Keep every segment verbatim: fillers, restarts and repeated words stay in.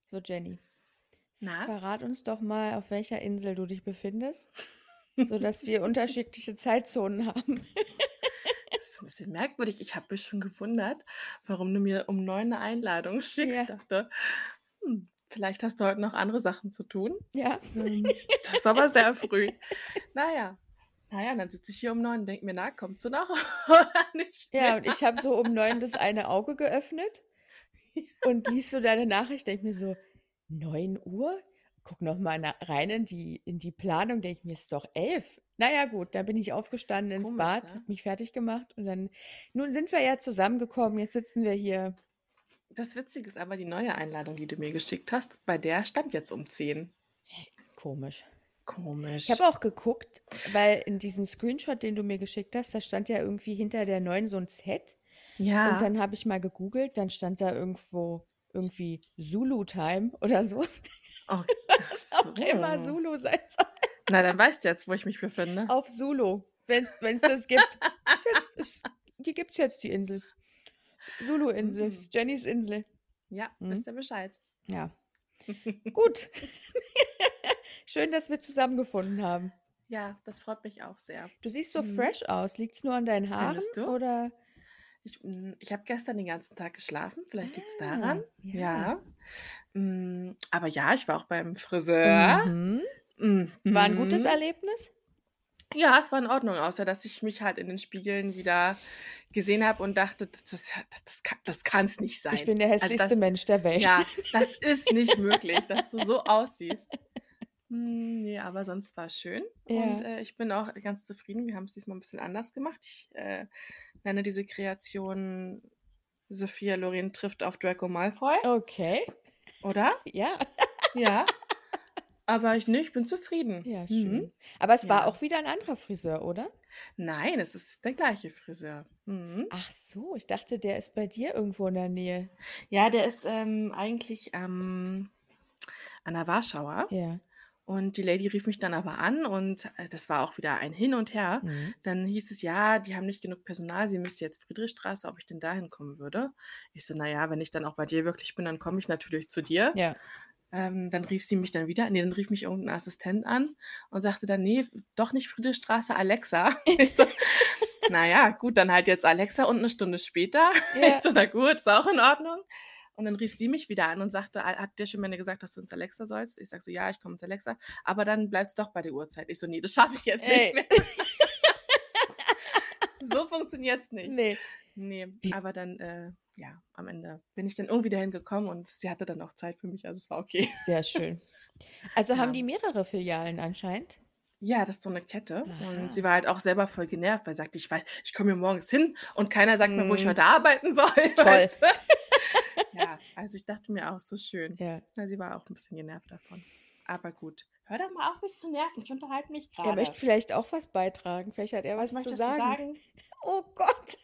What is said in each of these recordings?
So, Jenny, Na? verrat uns doch mal, auf welcher Insel du dich befindest, sodass wir unterschiedliche Zeitzonen haben. Das ist 'n bisschen merkwürdig. Ich habe mich schon gewundert, warum du mir um neun 'ne Einladung schickst. Ja, Dachte, hm, vielleicht hast du heute noch andere Sachen zu tun. ja. Ähm, das ist aber sehr früh. Na ja. Na ja, dann sitze ich hier um neun und denke mir: „Na, kommst du noch oder nicht mehr?“ Ja, und ich habe so um neun das eine Auge geöffnet und lies so deine Nachricht, denke mir so: „neun Uhr? Guck noch mal na rein in die in die Planung, denke mir: „Ist doch elf.“ Na ja, gut, dann bin ich aufgestanden, ins Komisch, Bad, ne? habe mich fertig gemacht und dann nun sind wir ja zusammengekommen, jetzt sitzen wir hier. Das Witzige ist aber, die neue Einladung, die du mir geschickt hast, bei der stand jetzt um zehn. Komisch. Ich Komisch. habe auch geguckt, weil in diesem Screenshot, den du mir geschickt hast, da stand ja irgendwie hinter der neun so 'n Z. Und Ja. dann habe ich mal gegoogelt, dann stand da irgendwo irgendwie Zulu Time oder so, Oh, ach was auch immer so. Zulu sein soll. Na, dann weißt du jetzt, wo ich mich befinde. Auf Zulu, wenn's wenn's das gibt. Ist jetzt ist die gibt's jetzt, die Insel. Zulu-Insel, Mhm. ist Jennys Insel. Ja, Mhm. wisst ihr Bescheid. Ja, gut. Schön, dass wir zusammengefunden haben. Ja, das freut mich auch sehr. Du siehst so Mhm. fresh aus. Liegt's nur an deinen Haaren Findest du? oder Ich hm, ich habe gestern den ganzen Tag geschlafen, vielleicht liegt's daran. ah, ja. Ja. Hm, aber ja, ich war auch beim Friseur. Mhm. War 'n gutes Mhm. Erlebnis? Ja, es war in Ordnung, außer dass ich mich halt in den Spiegeln wieder gesehen habe und dachte: „Das das das ka das kann's nicht Ich sein.“ bin der Also, hässlichste das Mensch der Welt. ja, das ist nicht möglich, dass du so aussiehst. Hm, ne, aber sonst war's schön und, Ja. äh, ich bin auch ganz zufrieden. Wir haben's diesmal 'n bisschen anders gemacht. Ich, äh, nenne diese Kreation Sophia Loren trifft auf Draco Malfoy, Okay. oder? Ja. Ja, aber ich ne, ich bin zufrieden. Ja, Mhm. schön. Aber es war Ja. auch wieder 'n anderer Friseur, oder? Nein, es ist der gleiche Friseur. Mhm. Ach so, ich dachte, der ist bei dir irgendwo in der Nähe. Ja, der ist, ähm, eigentlich, ähm, an der Warschauer Ja. und die Lady rief mich dann aber an und, äh, das war auch wieder ein Hin und Her. Mhm. Dann hieß es: „Ja, die haben nicht genug Personal, sie müsste jetzt Friedrichstraße, ob ich denn dahin kommen würde?“ Ich so: „Na ja, wenn ich dann auch bei dir wirklich bin, dann komme ich natürlich zu dir.“ Ja. Ähm, dann rief sie mich dann wieder ne, dann rief mich irgend 'n Assistent an und sagte dann: „Ne, doch nicht Friedrichstraße, Alexa.“ Ich so: „Na ja, gut, dann halt jetzt Alexa“ und 'ne Stunde später. Ich Ja. so: „Na gut, ist auch in Ordnung.“ Und dann rief sie mich wieder an und sagte: „Ha hat dir schon mal gesagt, dass du ins Alexa sollst?“ Ich sage so: „Ja, ich komme ins Alexa, aber dann bleibt's doch bei der Uhrzeit.“ Ich so: „Ne, das schaffe ich jetzt nicht Ey. mehr.“ So funktioniert's nicht. Ne. Ne, Wie aber dann, äh, ja, am Ende bin ich dann irgendwie dahin gekommen und sie hatte dann auch Zeit für mich, also es war okay. sehr schön. Also, haben Ja. die mehrere Filialen anscheinend? Ja, das ist so 'ne Kette und sie Aha. war halt auch selber voll genervt, weil sie sagte: „Ich wei ich komme hier morgens hin und keiner sagt mir, wo ich Mhm. heute arbeiten soll“, Toll. weißt du? Ja, also ich dachte mir auch, so schön. Ja. Ja, sie war auch 'n bisschen genervt davon. Aber gut. Hör doch mal auf, mich zu nerven, ich unterhalte mich Er möchte grade. vielleicht auch was beitragen. Vielleicht hat er Was was zu möchtest du sagen. sagen? Oh Gott.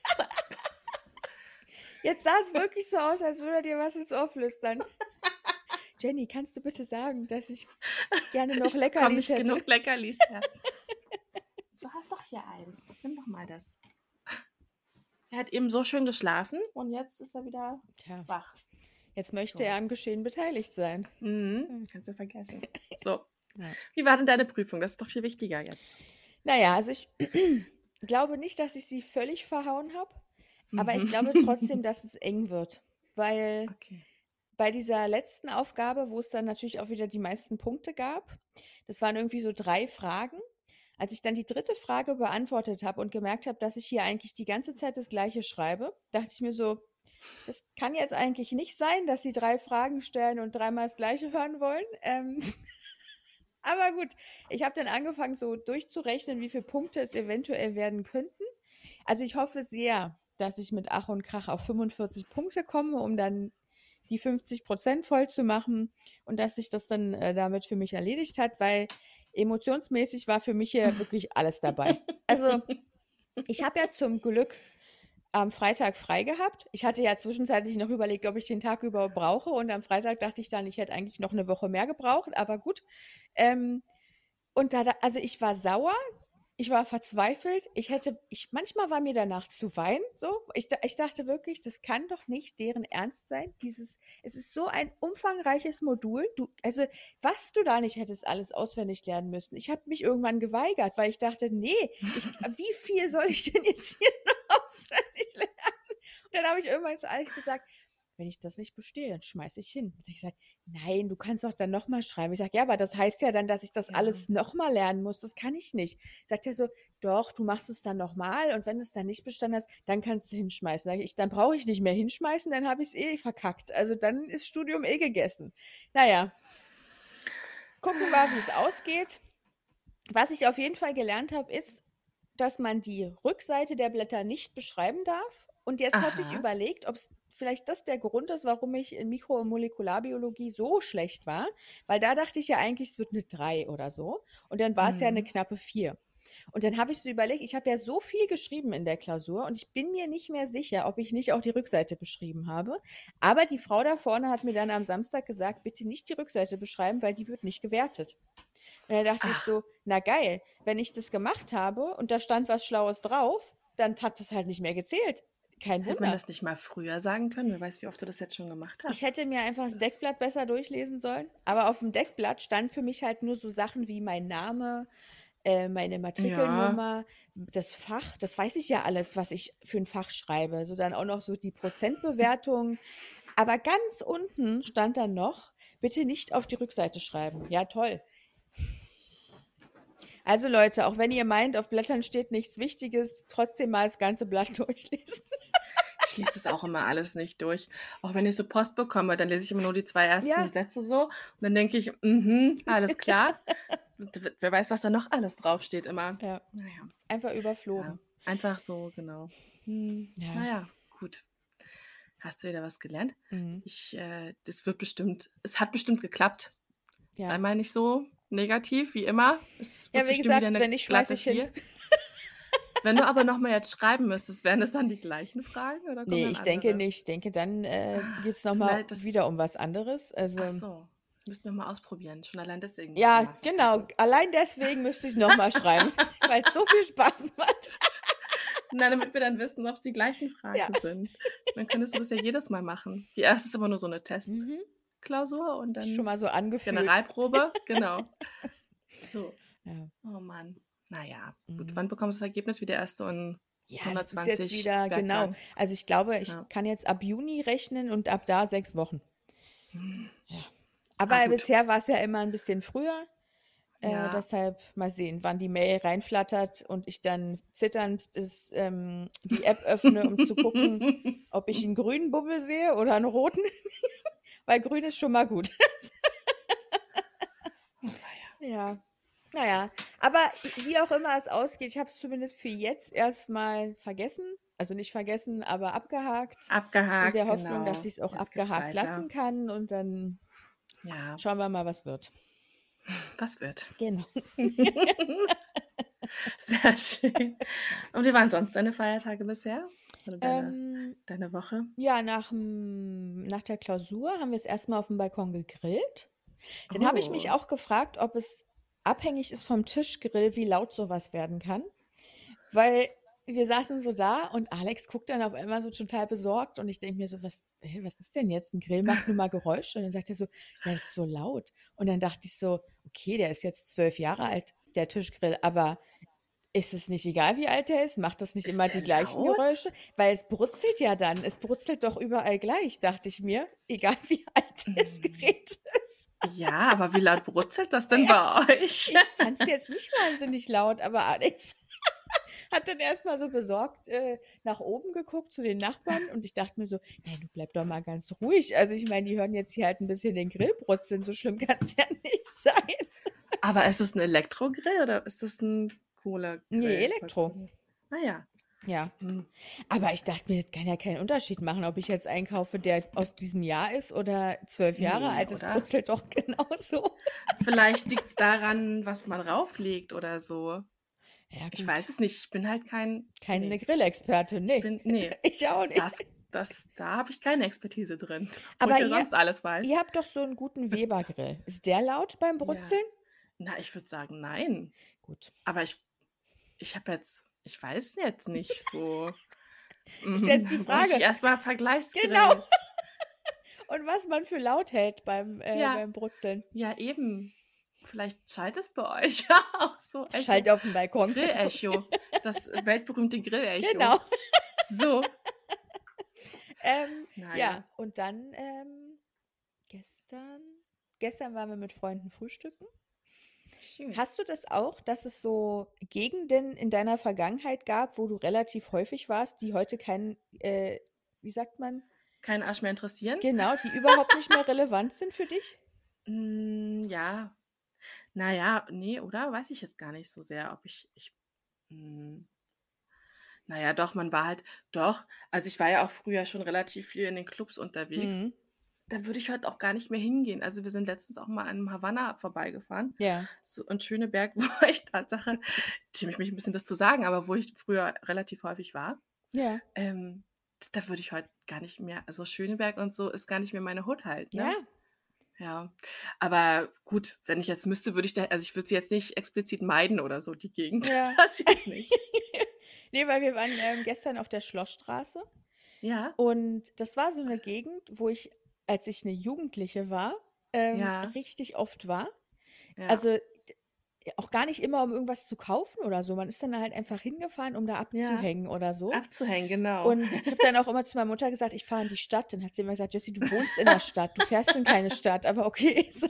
Jetzt sah's wirklich so aus, als würde er dir was ins Ohr flüstern. Jenny, kannst du bitte sagen, dass ich gerne noch Ich bekomme Leckerlis nicht hätte? genug Leckerlis, ja. Du hast doch hier eins. Nimm doch mal das. Er hat eben so schön geschlafen und jetzt ist er wieder Tja, wach. jetzt möchte So. er am Geschehen beteiligt sein. Mhm, Hm. kannst du vergessen. So, Ja. wie war denn deine Prüfung? Das ist doch viel wichtiger jetzt. Na ja, also ich glaube nicht, dass ich sie völlig verhauen habe, aber ich glaube trotzdem, Mhm. dass es eng wird, weil Okay. bei dieser letzten Aufgabe, wo es dann natürlich auch wieder die meisten Punkte gab, das waren irgendwie so drei Fragen. Als ich dann die dritte Frage beantwortet habe und gemerkt habe, dass ich hier eigentlich die ganze Zeit das Gleiche schreibe, dachte ich mir so: „Das kann jetzt eigentlich nicht sein, dass sie drei Fragen stellen und dreimal das Gleiche hören wollen.“ Ähm, aber gut, ich habe dann angefangen, so durchzurechnen, wie viele Punkte es eventuell werden könnten. Also, ich hoffe sehr, dass ich mit Ach und Krach auf fünfundvierzig Punkte komme, um dann die fünfzig voll zu machen und dass sich das dann, äh, damit für mich erledigt hat, weil emotionsmäßig war für mich hier wirklich alles dabei. Also, ich habe ja zum Glück am Freitag frei gehabt. Ich hatte ja zwischenzeitlich noch überlegt, ob ich den Tag über brauche und am Freitag dachte ich dann, ich hätte eigentlich noch 'ne Woche mehr gebraucht, aber gut. Ähm, und da da also, ich war sauer. Ich war verzweifelt. Ich hätte ich manchmal war mir danach zu weinen, so. Ich da ich dachte wirklich, das kann doch nicht deren Ernst sein. Dieses es ist so ein umfangreiches Modul. Du also, was du da nicht hättest alles auswendig lernen müssen. Ich habe mich irgendwann geweigert, weil ich dachte: „Nee, ich wie viel soll ich denn jetzt hier noch auswendig lernen?“ Und dann habe ich irgendwann zu Alex gesagt: „Wenn ich das nicht bestehe, dann schmeiße ich hin.“ Hat er gesagt: „Nein, du kannst doch dann noch mal schreiben.“ Ich sage: „Ja, aber das heißt ja dann, dass ich das Ja. alles noch mal lernen muss. Das kann ich nicht.“ Sagt er so: „Doch, du machst es dann noch mal und wenn du's dann nicht bestanden hast, dann kannst du hinschmeißen.“ Sage ich: „Dann brauche ich nicht mehr hinschmeißen, dann habe ich's eh verkackt. Also, dann ist Studium eh gegessen.“ Na ja, gucken wir, wie's ausgeht. Was ich auf jeden Fall gelernt habe, ist, dass man die Rückseite der Blätter nicht beschreiben darf. Und jetzt hatte ich Aha. überlegt, ob's vielleicht das der Grund ist, warum ich in Mikro und Molekularbiologie so schlecht war, weil da dachte ich ja eigentlich, es wird 'ne drei oder so und dann war's ja 'ne Mhm. knappe vier. Und dann habe ich so überlegt, ich habe ja so viel geschrieben in der Klausur und ich bin mir nicht mehr sicher, ob ich nicht auch die Rückseite beschrieben habe. Aber die Frau da vorne hat mir dann am Samstag gesagt: „Bitte nicht die Rückseite beschreiben, weil die wird nicht gewertet.“ Und da dachte ich Ach, so: „Na geil, wenn ich das gemacht habe und da stand was Schlaues drauf, dann hat das halt nicht mehr gezählt. Kein hätte man Wunder.“ das nicht mal früher sagen können? Wer weiß, wie oft du das jetzt schon gemacht Ich hast. hätte mir einfach das Das Deckblatt besser durchlesen sollen, aber auf'm Deckblatt stand für mich halt nur so Sachen wie mein Name, äh, meine ja, Matrikelnummer, das Fach, das weiß ich ja alles, was ich für 'n Fach schreibe. So dann auch noch so die Prozentbewertung. Aber ganz unten stand dann noch: „Bitte nicht auf die Rückseite schreiben.“ Ja, toll. Also Leute, auch wenn ihr meint, auf Blättern steht nichts Wichtiges, trotzdem mal das ganze Blatt durchlesen. ich lese das auch immer alles nicht durch. Auch wenn ich so Post bekomme, dann lese ich immer nur die zwei ersten Ja, Sätze so und dann denke ich: „Mhm, alles klar.“ D w wer weiß, was da noch alles draufsteht immer. ja, Na ja, einfach ja, überflogen. einfach so, genau. Hm, na Ja, ja, gut. Hast du wieder was gelernt? mhm. Ich äh, das wird bestimmt es hat bestimmt geklappt. Sei Ja. mal nicht so negativ wie immer. Es wird Ja, wie bestimmt wieder gesagt, 'ne wenn nicht, schmeiße glatte ich hin. vier. Wenn du aber noch mal jetzt schreiben müsstest, wären das dann die gleichen Fragen oder kommen Ne, dann ich denke andere? nicht. Ich denke, dann, äh, Ah, geht's noch mal vielleicht das wieder um was anderes. ach Also, so, müssten wir mal ausprobieren. Schon allein deswegen musst du ja, mal genau. verkacken. Allein deswegen müsste ich's noch mal schreiben, weil's so viel Spaß macht. Na, damit wir dann wissen, ob's die gleichen Ja. Fragen sind. Dann könntest du das ja jedes Mal machen. Die erste ist immer nur so 'ne Mhm. Testklausur und Schon dann mal so angefühlt. Generalprobe, genau. So. Ja. Oh Mann. Na ja, gut. Mhm. Wann bekommst du das Ergebnis? Wie der erste in Ja, das ist jetzt hundertzwanzig wieder genau. Werktagen? Also, ich glaube, ich Ja. kann jetzt ab Juni rechnen und ab da sechs Wochen. Hm. Ja. Ah, Aber gut. bisher war's ja immer 'n bisschen früher. Äh, Ja. deshalb mal sehen, wann die Mail reinflattert und ich dann zitternd das ähm, die App öffne, um zu gucken, ob ich 'n grünen Bubbel sehe oder 'n roten, weil grün ist schon mal gut. Oh weia. Ja. Na ja, aber wie auch immer es ausgeht, ich habe es zumindest für jetzt erst mal vergessen. Also, nicht vergessen, aber abgehakt, in der Abgehakt, Hoffnung, dass genau. ich's auch Jetzt geht's abgehakt weiter. lassen kann und dann Ja, schauen wir mal, was wird. was wird? Genau. Sehr schön. Ja. Und wie waren sonst deine Feiertage bisher? Oder deine Ähm, deine Woche? ja, nach'm nach der Klausur haben wir's erst mal auf'm Balkon gegrillt. Dann habe ich mich Oh. auch gefragt, ob es abhängig ist vom Tischgrill, wie laut so was werden kann, weil wir saßen so da und Alex guckt dann auf einmal so total besorgt und ich denke mir so: „Was hä, was ist denn jetzt? 'N Grill macht nun mal Geräusche.“ Und dann sagt er so: „Ja, das ist so laut.“ Und dann dachte ich so: „Okay, der ist jetzt zwölf Jahre alt, der Tischgrill, aber ist es nicht egal, wie alt der ist? Macht das nicht immer Ist die der gleichen laut? Geräusche? Weil es brutzelt ja dann. Es brutzelt doch überall gleich, dachte ich mir, egal wie alt das Hm. Gerät ist. Ja, aber wie laut brutzelt das denn Ja, bei euch? ich fand's jetzt nicht wahnsinnig laut, aber Alex hat dann erst mal so besorgt, äh, nach oben geguckt zu den Nachbarn und ich dachte mir so: „Nein, du bleib doch mal ganz ruhig.“ Also, ich meine, die hören jetzt hier halt 'n bisschen den Grill brutzeln, so schlimm kann's ja nicht sein. Aber ist es 'n Elektrogrill oder ist das 'n Ne, Kohlegrill? Elektro. Holzkohle? Ah ja. Ja. Hm. Aber ich dachte mir, das kann ja keinen Unterschied machen, ob ich jetzt einen kaufe, der aus diesem Jahr ist oder zwölf Jahre Ne, alt. Das oder? brutzelt doch genauso. Vielleicht liegt's daran, was man rauflegt oder so. Ja Ich weiß gut, es nicht. Ich bin halt kein keine ne. Grillexpertin, Ich ne. bin ne, Ich auch nicht. das das da habe ich keine Expertise drin, obwohl ich Aber ja ihr sonst alles weiß. ihr habt doch so 'n guten Weber-Grill. Ist der laut beim Ja. Brutzeln? Na, ich würde sagen, nein. Gut. Aber ich ich habe jetzt ich weiß jetzt nicht so. Ist Mhm, jetzt die dann bräuchte ich Frage. erst mal Genau. Vergleichsgrell. Und was man für laut hält beim äh, Ja, beim Brutzeln. ja eben. Vielleicht schallt es bei euch ja auch so Echo. Schallt auf dem Balkon. Grillecho, das weltberühmte Grillecho. Genau. So. Ähm, Na ja, ja. und dann, ähm, gestern gestern waren wir mit Freunden frühstücken. Schön. Hast du das auch, dass es so Gegenden in deiner Vergangenheit gab, wo du relativ häufig warst, die heute keinen, äh, wie sagt man? Keinen Arsch mehr interessieren? Genau, die überhaupt nicht mehr relevant sind für dich? Hm, ja. Na ja, ne, oder? Weiß ich jetzt gar nicht so sehr, ob ich ich hm, na ja, doch, man war halt doch, also, ich war ja auch früher schon relativ viel in den Clubs unterwegs. Mhm. Da würde ich heute auch gar nicht mehr hingehen. Also, wir sind letztens auch mal an 'nem Havanna vorbeigefahren, Ja. so in Schöneberg, wo ich Tatsache schäme ich mich 'n bisschen, das zu sagen, aber wo ich früher relativ häufig war. Ja. Ähm, da würde ich heute gar nicht mehr, also, Schöneberg und so ist gar nicht mehr meine Hut halt, Ja. ne? Ja. Aber gut, wenn ich jetzt müsste, würde ich da, also, ich würde sie jetzt nicht explizit meiden oder so, die Gegend. Ja. Das jetzt nicht. Ne, weil wir waren, ähm, gestern auf der Schlossstraße Ja, und das war so 'ne Gegend, wo ich, als ich 'ne Jugendliche war, ähm, ja, richtig oft war. ja, Also, d auch gar nicht immer, um irgendwas zu kaufen oder so. Man ist dann halt einfach hingefahren, um da ja. abzuhängen oder so. Abzuhängen, genau. Und ich habe dann auch immer zu meiner Mutter gesagt: „Ich fahre in die Stadt." Dann hat sie immer gesagt: „Jessie, du wohnst in der Stadt, du fährst in keine Stadt." Aber okay, so.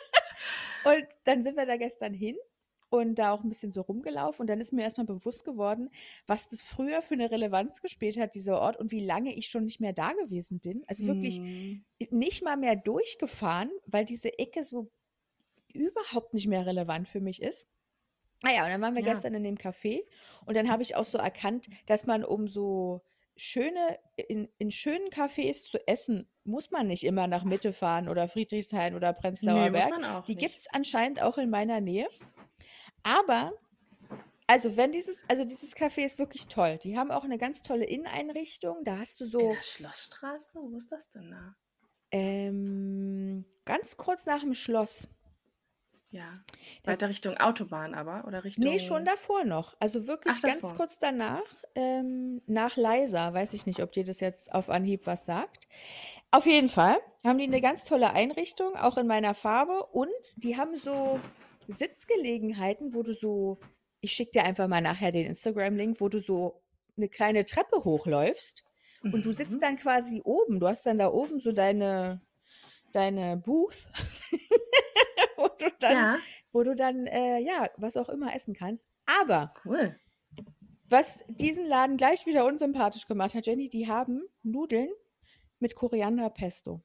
Und dann sind wir da gestern hin und da auch 'n bisschen so rumgelaufen und dann ist mir erst mal bewusst geworden, was das früher für 'ne Relevanz gespielt hat, dieser Ort, und wie lange ich schon nicht mehr da gewesen bin. Also, wirklich Mhm. nicht mal mehr durchgefahren, weil diese Ecke so überhaupt nicht mehr relevant für mich ist. Na ja, und dann waren wir Ja. gestern in dem Café und dann habe ich auch so erkannt, dass man, um so schöne in in schönen Cafés zu essen, muss man nicht immer nach Mitte fahren oder Friedrichshain oder Ne, Prenzlauer muss Berg. man auch Die nicht. gibt's anscheinend auch in meiner Nähe. Aber also, wenn dieses also, dieses Café ist wirklich toll. Die haben auch 'ne ganz tolle Inneneinrichtung. Da hast du In der so, Schlossstraße? Wo ist das denn da? ähm, ganz kurz nach'm Schloss. Ja. Da Weiter Richtung Autobahn aber oder Ne, schon Richtung, davor noch. Also, ach, wirklich ganz davor. kurz danach, ähm, nach Leisa. Weiß ich nicht, ob dir das jetzt auf Anhieb was sagt. Auf jeden Fall haben die 'ne ganz tolle Einrichtung, auch in meiner Farbe, und die haben so Sitzgelegenheiten, wo du so, ich schicke dir einfach mal nachher den Instagram-Link, wo du so 'ne kleine Treppe hochläufst und du sitzt Mhm. dann quasi oben. Du hast dann da oben so deine deine Booth, wo du dann Ja, wo du dann, äh, ja, was auch immer essen kannst. Aber cool. was diesen Laden gleich wieder unsympathisch gemacht hat, Jenny, die haben Nudeln mit Korianderpesto.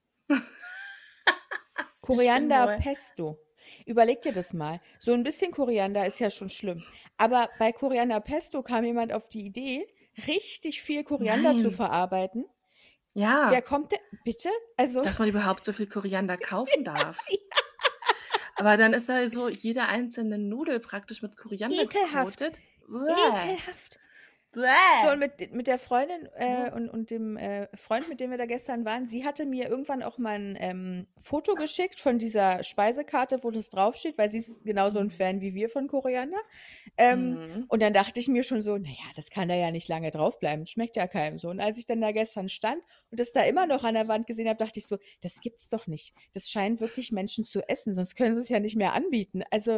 Die spinnen wohl. Korianderpesto. Überleg dir das mal. So 'n bisschen Koriander ist ja schon schlimm. Aber bei Korianderpesto kam jemand auf die Idee, richtig viel Koriander zu Nein. verarbeiten. Wer Ja, kommt de bitte? Also, dass man überhaupt so viel Koriander kaufen darf. Aber dann ist da so jede einzelne Nudel praktisch mit Koriander ekelhaft, gecoated. Bäh, ekelhaft. So, und bäh. mit mit der Freundin, äh, Ne? und und dem, äh, Freund, mit dem wir da gestern waren, sie hatte mir irgendwann auch mal 'n, ähm, Foto geschickt von dieser Speisekarte, wo das draufsteht, weil sie ist genauso 'n Mhm. Fan wie wir von Koriander. Ähm, Mhm. und dann dachte ich mir schon so: „Na ja, das kann da ja nicht lange draufbleiben, schmeckt ja keinem so." Und als ich dann da gestern stand und das da immer noch an der Wand gesehen habe, dachte ich so: „Das gibt's doch nicht. Das scheinen wirklich Menschen zu essen, sonst können sie's ja nicht mehr anbieten." Also,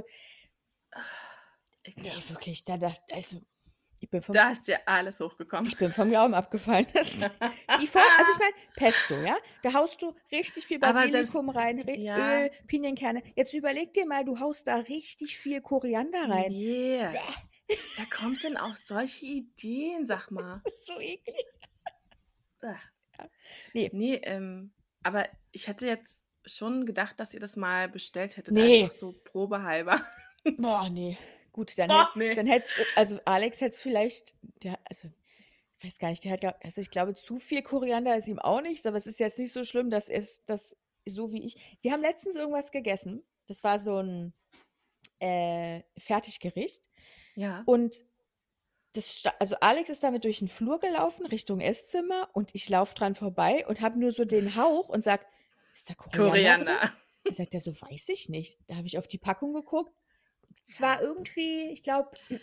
ne, Ekelhaft. wirklich, da dacht also, ich bin vom Da ist dir alles hochgekommen. Ich bin vom Glauben abgefallen. Das die Vor also, ich meine, Pesto, ja? Da haust du richtig viel Aber selbst Basilikum rein, Re ja, Öl, Pinienkerne. Jetzt überleg dir mal, du haust da richtig viel Koriander rein. ne. Bäh, Wer kommt denn auf solche Ideen, sag mal? das ist so eklig. Ugh. Ja. Ne, Ne, ähm, aber ich hätte jetzt schon gedacht, dass ihr das mal bestellt hättet, einfach ne. so probehalber. Boah, ne. Gut, dann hätt Boah, ne. dann hätt's also, Alex hätt's vielleicht, der also, ich weiß gar nicht, der hat ja, also, ich glaube, zu viel Koriander ist ihm auch nichts, aber es ist jetzt nicht so schlimm, dass es das so wie ich wir haben letztens irgendwas gegessen. Das war so 'n, äh, Fertiggericht. Ja. Und das sta also, Alex ist damit durch 'n Flur gelaufen Richtung Esszimmer und ich laufe dran vorbei und habe nur so den Hauch und sage: „Ist da Koriander drin?" Koriander. Da sagt er so: „Weiß ich nicht." Da habe ich auf die Packung geguckt. Es Ja. war irgendwie, ich glaube,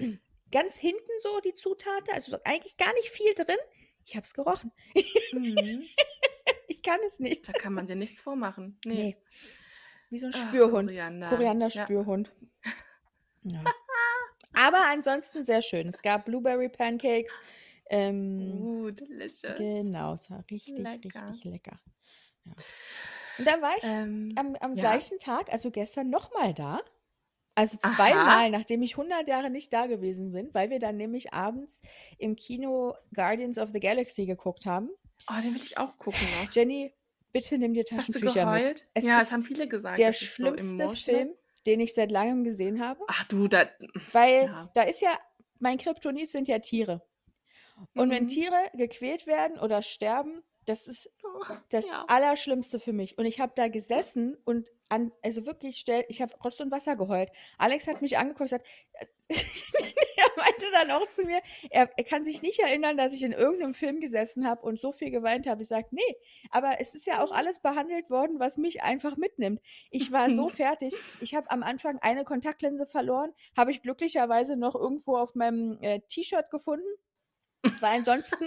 ganz hinten so die Zutaten, also so eigentlich gar nicht viel drin. Ich habe es gerochen. Mhm. Ich kann es nicht. Da kann man dir nichts vormachen. Ne. Ne, wie so 'n Ach, Spürhund, Koriander. Ja. Koriander-Spürhund. Ja. Aber ansonsten sehr schön. Es gab Blueberry Pancakes, ähm, Uh, delicious. genau, es war richtig, Lecker. richtig lecker. Ja. Und dann war ich Ähm, am am ja. gleichen Tag, also gestern noch mal da. Also Aha. zweimal, nachdem ich hundert Jahre nicht da gewesen bin, weil wir dann nämlich abends im Kino Guardians of the Galaxy geguckt haben. Oh, den will ich auch gucken noch. Jenny, bitte nimm dir Hast du Taschentücher mit. geheult? Es Ja, es haben ist viele gesagt, der das ist so schlimmste emotional. Film, den ich seit Langem gesehen habe, Ach du, da weil ja. da ist ja mein Kryptonit sind ja Tiere. Und wenn Mhm. Tiere gequält werden oder sterben, das ist Oh, das ja. Allerschlimmste für mich. Und ich habe da gesessen und an also wirklich stell ich habe Rotz und Wasser geheult. Alex hat mich angeguckt und gesagt er meinte dann auch zu mir, er er kann sich nicht erinnern, dass ich in irgend 'nem Film gesessen habe und so viel geweint habe. Ich sage: „Ne, aber es ist ja auch alles behandelt worden, was mich einfach mitnimmt.“ Ich war so fertig. Ich habe am Anfang eine Kontaktlinse verloren, habe ich glücklicherweise noch irgendwo auf meinem, äh, T-Shirt gefunden, weil ansonsten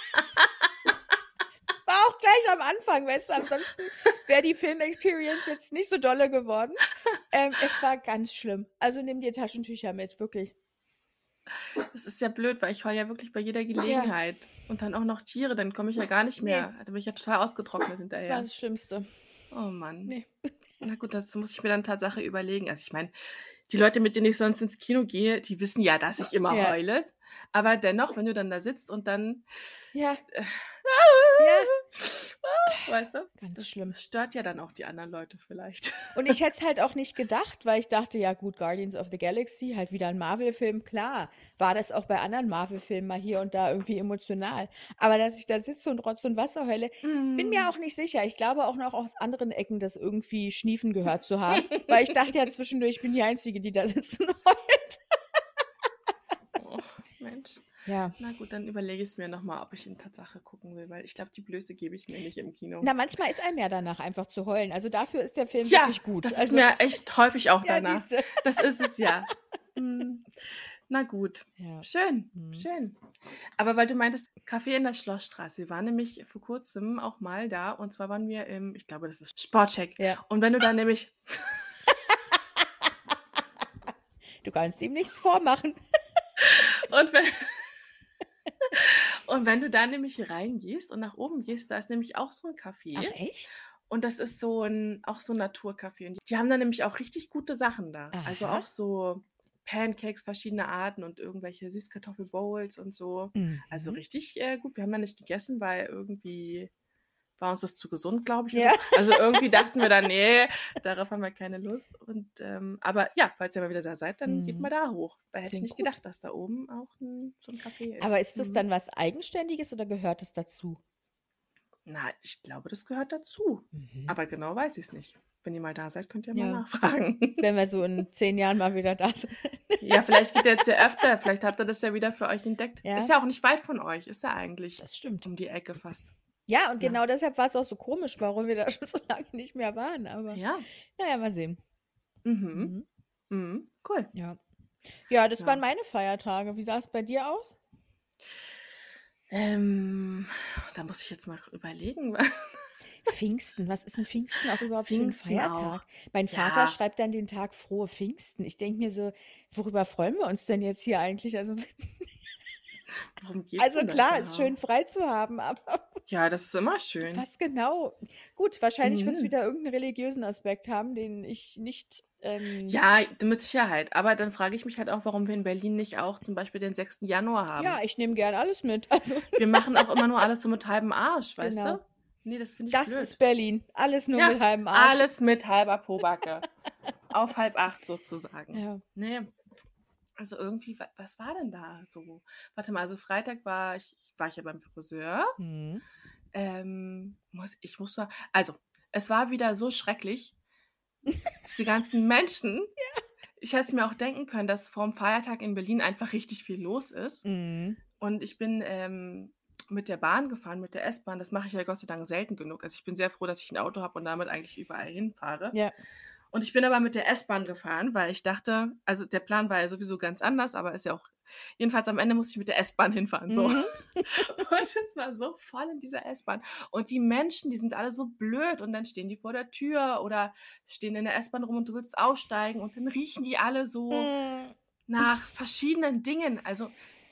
war auch gleich am Anfang, weißt du, ansonsten wäre die Film-Experience jetzt nicht so dolle geworden. Ähm, es war ganz schlimm. Also, nimm dir Taschentücher mit, wirklich. Das ist ja blöd, weil ich heule ja wirklich bei jeder Ja, Gelegenheit. Und dann auch noch Tiere, dann komme ich ja gar nicht ne, mehr, da bin ich ja total ausgetrocknet das war hinterher. das Schlimmste. Oh Mann. Ne. Na gut, das muss ich mir dann Tatsache überlegen. Also, ich meine, die Leute, mit denen ich sonst ins Kino gehe, die wissen ja, dass ich immer Ja, heule. Aber dennoch, wenn du dann da sitzt und dann, ja, äh, ja, weißt du, ganz das schlimm. stört ja dann auch die anderen Leute vielleicht. Und ich hätte es halt auch nicht gedacht, weil ich dachte: „Ja gut, Guardians of the Galaxy, halt wieder 'n Marvel-Film.“ Klar, war das auch bei anderen Marvel-Filmen mal hier und da irgendwie emotional. Aber dass ich da sitze und Rotz und Wasser heule, bin mir Mhm. auch nicht sicher. Ich glaube auch noch aus anderen Ecken das irgendwie Schniefen gehört zu haben, weil ich dachte ja zwischendurch, ich bin die Einzige, die da sitzt und heult. Oh, Mensch. Ja. Na gut, dann überlege ich's mir noch mal, ob ich ihn Tatsache gucken will, weil ich glaube, die Blöße gebe ich mir nicht im Kino. Na, manchmal ist einem ja danach einfach zu heulen. Also, dafür ist der Film Ja, wirklich gut. das ist Also, mir echt häufig auch ja, danach. siehste. Das ist es ja. Mhm. Na gut. Ja. Schön, Mhm. schön. Aber weil du meintest, Café in der Schlossstraße. Wir waren nämlich vor Kurzem auch mal da und zwar waren wir im ich glaube, das ist Sportcheck. Ja. Und wenn du dann nämlich Du kannst ihm nichts vormachen. und wenn und wenn du da nämlich reingehst und nach oben gehst, da ist nämlich auch so 'n Café Ach echt? und das ist so 'n auch so 'n Naturcafé. Und die haben da nämlich auch richtig gute Sachen da. Also, Aha. auch so Pancakes verschiedener Arten und irgendwelche Süßkartoffel-Bowls und so. Also, Mhm. richtig, äh, gut. Wir haben da nicht gegessen, weil irgendwie war uns das zu gesund, glaube ich, oder Ja. so. Also, irgendwie dachten wir dann: „Ne, darauf haben wir keine Lust.“ Und, ähm aber ja, falls ihr mal wieder da seid, dann geht mal Mhm. da hoch, weil hätte ich Klingt nicht gut. gedacht, dass da oben auch 'n so 'n Café Aber ist. ist das Mhm. dann was Eigenständiges oder gehört es dazu? Na, ich glaube, das gehört dazu. Mhm. Aber genau weiß ich's nicht. Wenn ihr mal da seid, könnt ihr mal Ja, nachfragen. wenn wir so in zehn Jahren mal wieder da sind. Ja, vielleicht geht ihr jetzt ja öfter, vielleicht habt ihr das ja wieder für euch entdeckt. Ist Ja, ja auch nicht weit von euch, ist ja eigentlich das stimmt. um die Ecke fast, Ja, und ne? genau deshalb war's auch so komisch, warum wir da schon so lange nicht mehr waren, aber Ja. na ja, mal sehen. Mhm. Mhm. Mhm. Cool. Ja. Ja, das waren Ja. meine Feiertage. Wie sah's bei dir aus? Ähm, da muss ich jetzt mal überlegen. Pfingsten, was ist 'n Pfingsten auch überhaupt für 'n Pfingsten Feiertag? auch. Mein Vater Ja, schreibt dann den Tag Frohe Pfingsten. Ich denke mir so: „Worüber freuen wir uns denn jetzt hier eigentlich?“ Also worum geht's also denn da klar, ist genau? schön frei zu haben, aber Ja, das ist immer schön. was genau? Gut, wahrscheinlich wird's Mhm. wieder irgend 'n religiösen Aspekt haben, den ich nicht, ähm Ja, mit Sicherheit. Aber dann frage ich mich halt auch, warum wir in Berlin nicht auch zum Beispiel den sechsten Januar ja, haben. ich nehme gern alles mit. Also Wir machen auch immer nur alles so mit halbem Arsch, weißt genau. du? Ne, das finde ich Das ist blöd. Berlin. Alles nur Ja, mit halbem Arsch. alles mit halber Pobacke. Auf halb acht sozusagen. Ja. Ne, also irgendwie, wa was war denn da so? Warte mal, also Freitag war ich war ich ja beim Friseur. Mhm. Ähm, muss ich muss da also, es war wieder so schrecklich, diese ganzen Menschen. Ich hätte es mir auch denken können, dass vorm Feiertag in Berlin einfach richtig viel los ist. Mhm. Und ich bin, ähm, mit der Bahn gefahren, mit der S-Bahn. Das mache ich ja Gott sei Dank selten genug. Also, ich bin sehr froh, dass ich 'n Auto habe und damit eigentlich überall hinfahre. Ja. Und ich bin aber mit der S-Bahn gefahren, weil ich dachte also, der Plan war ja sowieso ganz anders, aber ist ja auch Jedenfalls am Ende musste ich mit der S-Bahn hinfahren, so. Mhm. Und es war so voll in dieser S-Bahn. Und die Menschen, die sind alle so blöd und dann stehen die vor der Tür oder stehen in der S-Bahn rum und du willst aussteigen und dann riechen die alle so Hm. nach verschiedenen Dingen. Also,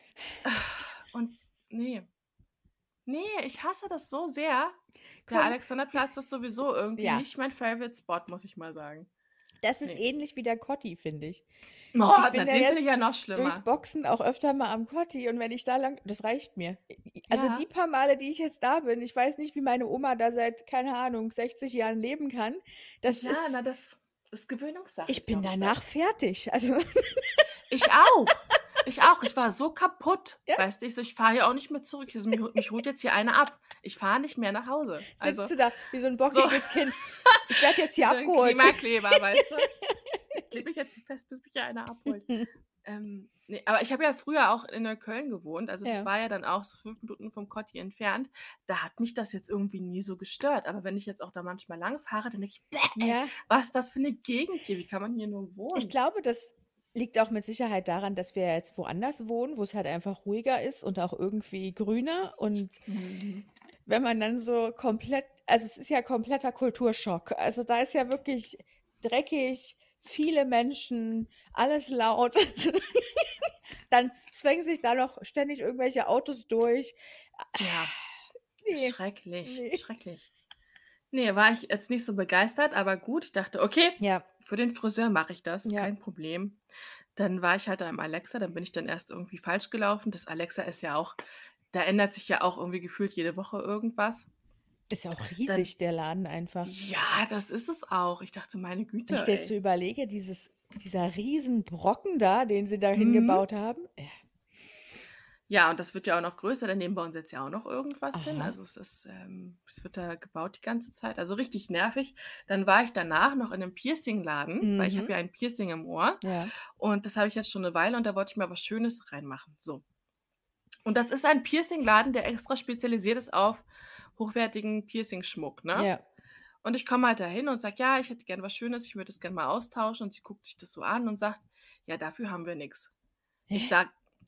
und ne. Ne, ich hasse das so sehr. Der Komm. Alexanderplatz ist sowieso irgendwie Ja. nicht mein Favorite Spot, muss ich mal sagen. Das ist Ne. ähnlich wie der Kotti, finde ich. Oh, Ich na, bin ja den finde ich jetzt ja noch durchs schlimmer. Boxen auch öfter mal am Kotti und wenn ich da lang das reicht mir. I i also, die Ja. paar Male, die ich jetzt da bin, ich weiß nicht, wie meine Oma da seit, keine Ahnung, sechzig Jahren leben kann. Das Ja, ist na, das ist Gewöhnungssache, ich bin glaube ich, weil danach fertig. Also ich auch. Ich auch. Ich war so kaputt, ja, weißt du? Ich so: „Ich fahre hier auch nicht mehr zurück. Also, mich mich holt jetzt hier einer ab. Ich fahre nicht mehr nach Hause.“ sitzt Also, du da wie so 'n so bockiges Kind. „Ich werde jetzt wie hier so 'n abgeholt.“ Klimakleber, weißt du? Ich klebe mich jetzt hier fest, bis mich hier einer abholt. Ähm, ne, aber ich habe ja früher auch in Neukölln gewohnt, also das Ja. war ja dann auch so fünf Minuten vom Kotti entfernt. Da hat mich das jetzt irgendwie nie so gestört. Aber wenn ich jetzt auch da manchmal lang fahre, dann denke ich: „Bäh, Ja, was ist das für 'ne Gegend hier? Wie kann man hier nur ich wohnen?“ glaube, das liegt auch mit Sicherheit daran, dass wir jetzt woanders wohnen, wo's halt einfach ruhiger ist und auch irgendwie grüner und Mhm. wenn man dann so komplett also, es ist ja kompletter Kulturschock. Also, da ist ja wirklich dreckig, viele Menschen, alles laut. Dann z zwängen sich da noch ständig irgendwelche Autos durch. Ja, Ne, schrecklich, ne. schrecklich. Ne, war ich jetzt nicht so begeistert, aber gut, ich dachte: „Okay, Ja, für den Friseur mache ich das, ja, kein Problem.“ Dann war ich halt da im Alexa, dann bin ich dann erst irgendwie falsch gelaufen. Das Alexa ist ja auch da ändert sich ja auch irgendwie gefühlt jede Woche irgendwas. ist ja auch Dann riesig, der Laden einfach. ja, das ist es auch. Ich dachte: „Meine Wenn ich Güte, jetzt so ey.“ überlege, dieses dieser Riesenbrocken da, den sie da Mhm. hingebaut haben. Ja. Ja, und das wird ja auch noch größer, daneben bauen sie jetzt ja auch noch irgendwas hin. Aha. Also, es ist ähm, es wird da gebaut die ganze Zeit, also richtig nervig. Dann war ich danach noch in 'nem Piercingladen, weil ich habe Mhm. ja ein Piercing im Ohr Ja. und das habe ich jetzt schon 'ne Weile und da wollte ich mal was Schönes reinmachen, so. Und das ist ein Piercingladen, der extra spezialisiert ist auf hochwertigen Piercingschmuck, ne? Ja. Und ich komme halt da hin und sage: „Ja, ich hätte gern was Schönes, ich würde das gern mal austauschen.“ Und sie guckt sich das so an und sagt: „Ja, dafür haben wir nix.“ Ich Hä? sage: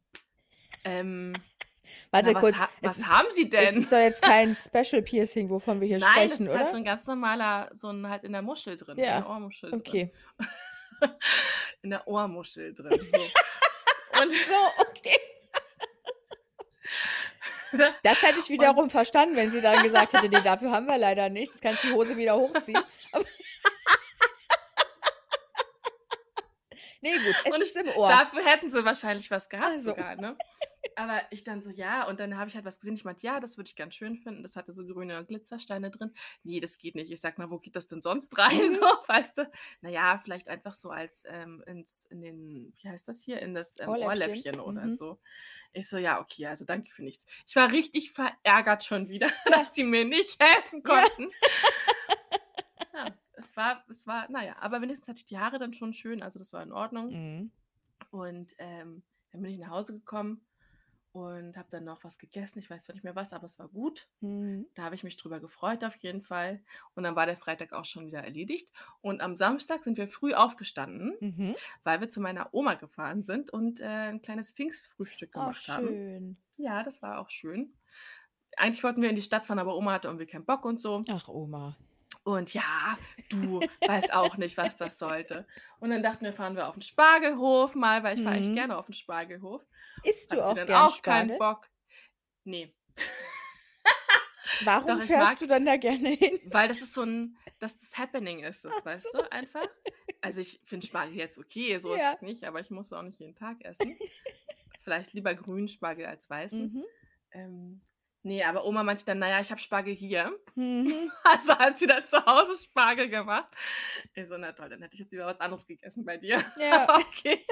„Ähm, na, Warte was kurz, ha es was ist haben Sie es denn?“ ist doch jetzt kein Special Piercing, wovon wir hier Nein, das sprechen, ist halt oder? so 'n ganz normaler so 'n halt in der Muschel drin, in der Ja, Ohrmuschel drin. okay. In der Ohrmuschel drin, so. Und So, okay. Das hätte ich und wiederum verstanden, wenn sie dann gesagt hätte: „Ne, dafür haben wir leider nichts. Kannst die Hose wieder hochziehen.“ Aber ne, gut, es und ist ich im Ohr. dafür hätten sie wahrscheinlich was gehabt Also, sogar, ne? Aber ich dann so: „Ja“, und dann habe ich halt was gesehen. Ich meinte: „Ja, das würde ich ganz schön finden.“ Das hatte so grüne Glitzersteine drin. „Ne, das geht nicht.“ Ich sage: „Na, wo geht das denn sonst rein?“ So, mhm, weißt du? „Na ja, vielleicht einfach so als, ähm, ins in den wie heißt das hier, in das, ähm, Ohrläppchen. Ohrläppchen oder Mhm. so.“ Ich so: „Ja, okay, also danke für nichts.“ Ich war richtig verärgert schon wieder, Ja, dass die mir nicht helfen ja. konnten. Ja, es war es war na ja, aber wenigstens hatte ich die Haare dann schon schön, also das war in Ordnung. Mhm. Und, ähm, dann bin ich nach Hause gekommen und habe dann noch was gegessen. Ich weiß zwar nicht mehr was, aber es war gut. Mhm. Da habe ich mich drüber gefreut auf jeden Fall. Und dann war der Freitag auch schon wieder erledigt. Und am Samstag sind wir früh aufgestanden, Mhm. weil wir zu meiner Oma gefahren sind und, äh, 'n kleines Pfingstfrühstück Oh, gemacht haben. schön. Ja, das war auch schön. Eigentlich wollten wir in die Stadt fahren, aber Oma hatte irgendwie keinen Bock und so. Ach, Oma. Und ja, du, weiß auch nicht, was das sollte. Und dann dachten wir, fahren wir auf 'n Spargelhof mal, weil ich fahre echt Mhm. gerne auf 'n Spargelhof. Isst du Hatte sie auch dann gern auch keinen Spargel? Bock. Ne. Doch, Warum ich fährst du mag dann da gerne hin? weil das ist so 'n dass das Happening ist das, Ach so. weißt du, einfach. Also, ich finde Spargel jetzt okay, so ist Ja. es nicht, aber ich muss auch nicht jeden Tag essen. Vielleicht lieber grünen Spargel als weißen. Mhm. Ähm, ne, aber Oma meinte dann: „Na ja, ich habe Spargel hier.“ Mhm. Also, hat sie dann zu Hause Spargel gemacht. Ich so: „Na toll, dann hätte ich jetzt lieber was anderes gegessen bei dir.“ Ja. Aber okay.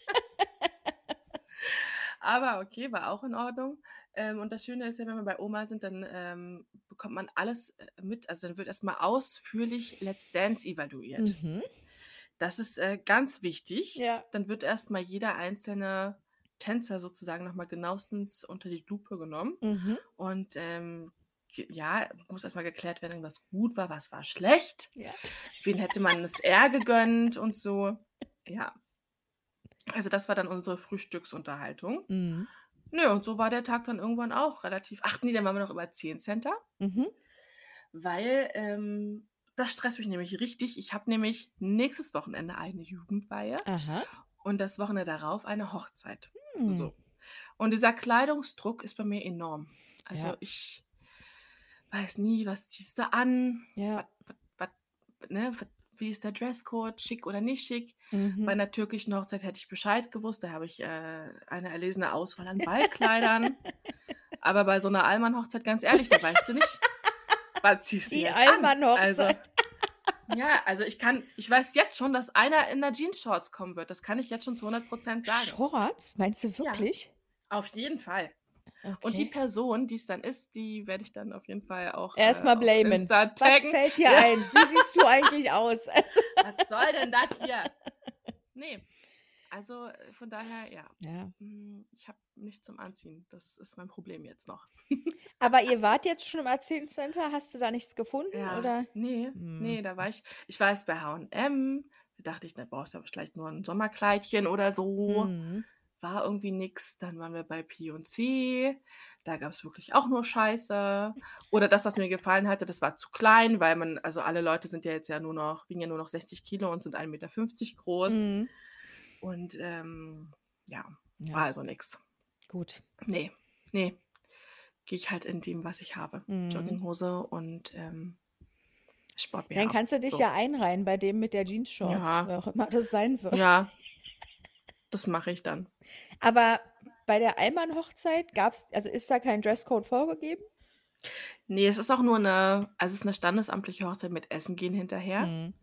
Aber okay, war auch in Ordnung. Ähm, und das Schöne ist ja, wenn wir bei Oma sind, dann, ähm, bekommt man alles, äh, mit. Also, dann wird erst mal ausführlich Let's Dance evaluiert. Mhm. Das ist, äh, ganz wichtig. Ja. Dann wird erst mal jeder einzelne Tänzer sozusagen noch mal genauestens unter die Lupe genommen. Mhm. Und, ähm, g ja, muss erst mal geklärt werden, was gut war, was war schlecht, Ja. wen hätte man es eher gegönnt und so. Ja. Also, das war dann unsere Frühstücksunterhaltung. Mhm. Nö, und so war der Tag dann irgendwann auch relativ ach ne, dann waren wir noch im Erzählen-Center, Mhm. weil, ähm das stresst mich nämlich richtig. Ich habe nämlich nächstes Wochenende eine Jugendweihe Aha. und das Wochenende darauf eine Hochzeit. Hm. So. Und dieser Kleidungsdruck ist bei mir enorm. Also, Ja, ich weiß nie, was ziehst du an? ja. Was was was ne, was wie ist der Dresscode, schick oder nicht schick? Bei Mhm. 'ner türkischen Hochzeit hätte ich Bescheid gewusst, da habe ich, äh, eine erlesene Auswahl an Ballkleidern. Aber bei so 'ner Allmann-Hochzeit, ganz ehrlich, da weißt du nicht, was ziehst du Die jetzt an? Also, Allmann-Hochzeit. ja, also ich kann ich weiß jetzt schon, dass einer in 'ner Jeansshorts kommen wird. Das kann ich jetzt schon zu hundert Prozent sagen. Shorts? Meinst du Ja, wirklich? auf jeden Fall. Und die Okay. Person, die's dann ist, die werde ich dann auf jeden Fall auch, Erst äh, mal auf blamen. Insta Was taggen. fällt dir Ja. ein? Wie siehst du eigentlich aus? Also Was soll denn das hier? Ne, also, äh, von daher, ja. Ja. Hm, ich habe nichts zum Anziehen. Das ist mein Problem jetzt noch. Aber ihr wart jetzt schon im Erzählcenter? Hast du da nichts gefunden, Ja, oder? ne, Hm, ne, da war ich Mist. ich war erst bei H und M, da dachte ich, da brauchst du aber vielleicht nur 'n Sommerkleidchen oder so. Mhm. War irgendwie nix. Dann waren wir bei P und C, da gab's wirklich auch nur Scheiße. Oder das, was mir gefallen hatte, das war zu klein, weil man also alle Leute sind ja jetzt ja nur noch wiegen ja nur noch sechzig Kilo und sind ein Meter fünfzig groß. Mhm. Und, ähm, ja, war Ja, also nix. gut. Ne, ne, gehe ich halt in dem, was ich habe. Mhm. Jogginghose und, ähm, Dann Sport-B H, kannst du dich so. ja einreihen bei dem mit der Jeansshorts, Ja, wer auch immer das sein wird. ja, das mache ich dann. Aber bei der Allmann-Hochzeit gab's also, ist da kein Dresscode vorgegeben? Ne, es ist auch nur 'ne also, es ist 'ne standesamtliche Hochzeit mit Essen gehen hinterher. Mhm.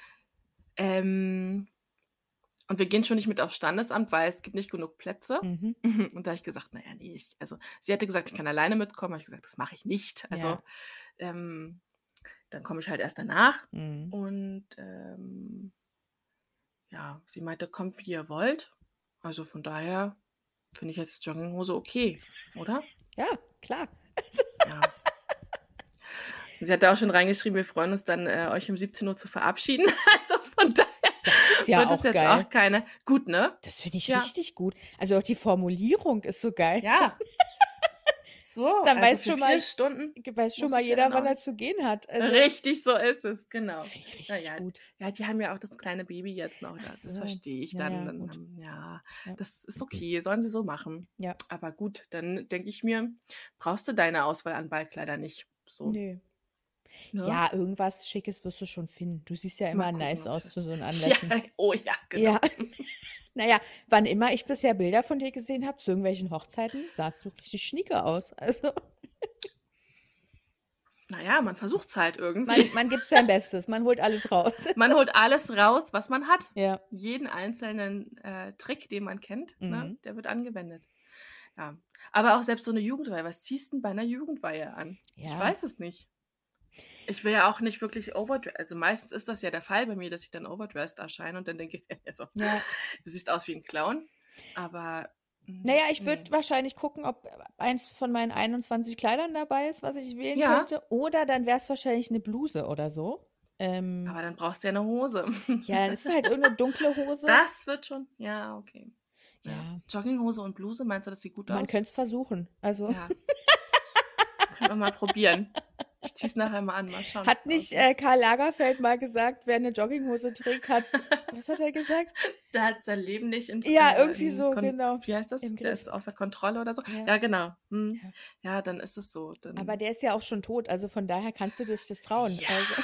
Ähm, und wir gehen schon nicht mit aufs Standesamt, weil es gibt nicht genug Plätze. Mhm. Und da habe ich gesagt: „Na ja, ne, ich“ also, sie hatte gesagt, ich kann alleine mitkommen, habe ich gesagt: „Das mache ich nicht.“ Also, Ja. ähm, dann komme ich halt erst danach. Mhm. Und, ähm, ja, sie meinte: „Kommt, wie ihr wollt.“ Also, von daher finde ich jetzt Jogginghose okay, oder? Ja, klar. Ja. Sie hat da auch schon reingeschrieben: „Wir freuen uns dann, äh, euch um siebzehn Uhr zu verabschieden.“ Also, von daher Das ist ja wird es auch jetzt geil. auch keine gut, ne? Das finde ich Ja. richtig gut. Also, auch die Formulierung ist so geil. Ja. So, Dann also, weiß für schon vier mal Stunden g weiß schon muss mal ich ja jeder, dann auch wann er nicht zu gehen hat. Also, richtig, so ist es, genau. finde ich Na richtig ja, gut. ja, die haben ja auch das kleine Baby jetzt noch Ach da. Das so. verstehe ich Ja, dann. ja, Dann, gut. ähm, ja, Ja. das ist okay, sollen sie so machen. Ja. Aber gut, dann denke ich mir: „Brauchst du deine Auswahl an Ballkleidern nicht“, so, Ne. ne? Ja, irgendwas Schickes wirst du schon finden. Du siehst ja Mal immer gucken, nice ob ich aus was zu so 'n ja, Anlässen. oh ja, Ja. genau. Na ja, wann immer ich bisher Bilder von dir gesehen habe zu irgendwelchen Hochzeiten, sahst du richtig schnieke aus. Also, Na ja, man versucht's halt irgendwie. man man gibt sein Bestes, man holt alles raus. Man holt alles raus, was man hat. Ja. Jeden einzelnen, äh, Trick, den man kennt, ne, Mhm. der wird angewendet. Ja, aber auch selbst so 'ne Jugendweihe, was ziehst 'n bei 'ner Jugendweihe an? Ich Ja. weiß es nicht. Ich will ja auch nicht wirklich overdre also, meistens ist das ja der Fall bei mir, dass ich dann overdressed erscheine und dann denke ich mir so: Ja. „Du siehst aus wie 'n Clown“, aber, Na hm, ja, ich würde ne. wahrscheinlich gucken, ob eins von meinen einundzwanzig Kleidern dabei ist, was ich wählen Ja, könnte, oder dann wär's wahrscheinlich 'ne Bluse oder so. Ähm, aber dann brauchst du ja 'ne Hose. ja, dann ist es halt irgend 'ne dunkle Hose. Das wird schon ja, okay. Ja. Ja, Jogginghose und Bluse, meinst du, das sieht gut man aus? könnte es versuchen. Also, Ja, können wir mal probieren. Ich ziehe es nachher mal an, mal schauen, hat wie's nicht, aussieht. äh, Karl Lagerfeld mal gesagt, wer 'ne Jogginghose trägt, hat was hat er gesagt? Der hat sein Leben nicht in Ja, äh, irgendwie in so, Kon genau, wie heißt das? im Der Griff. ist außer Kontrolle oder so? Ja, Ja, genau. Mhm. ja. Ja, dann ist es so. Aber Dann der ist ja auch schon tot, also von daher kannst du dich das trauen. ja, Also,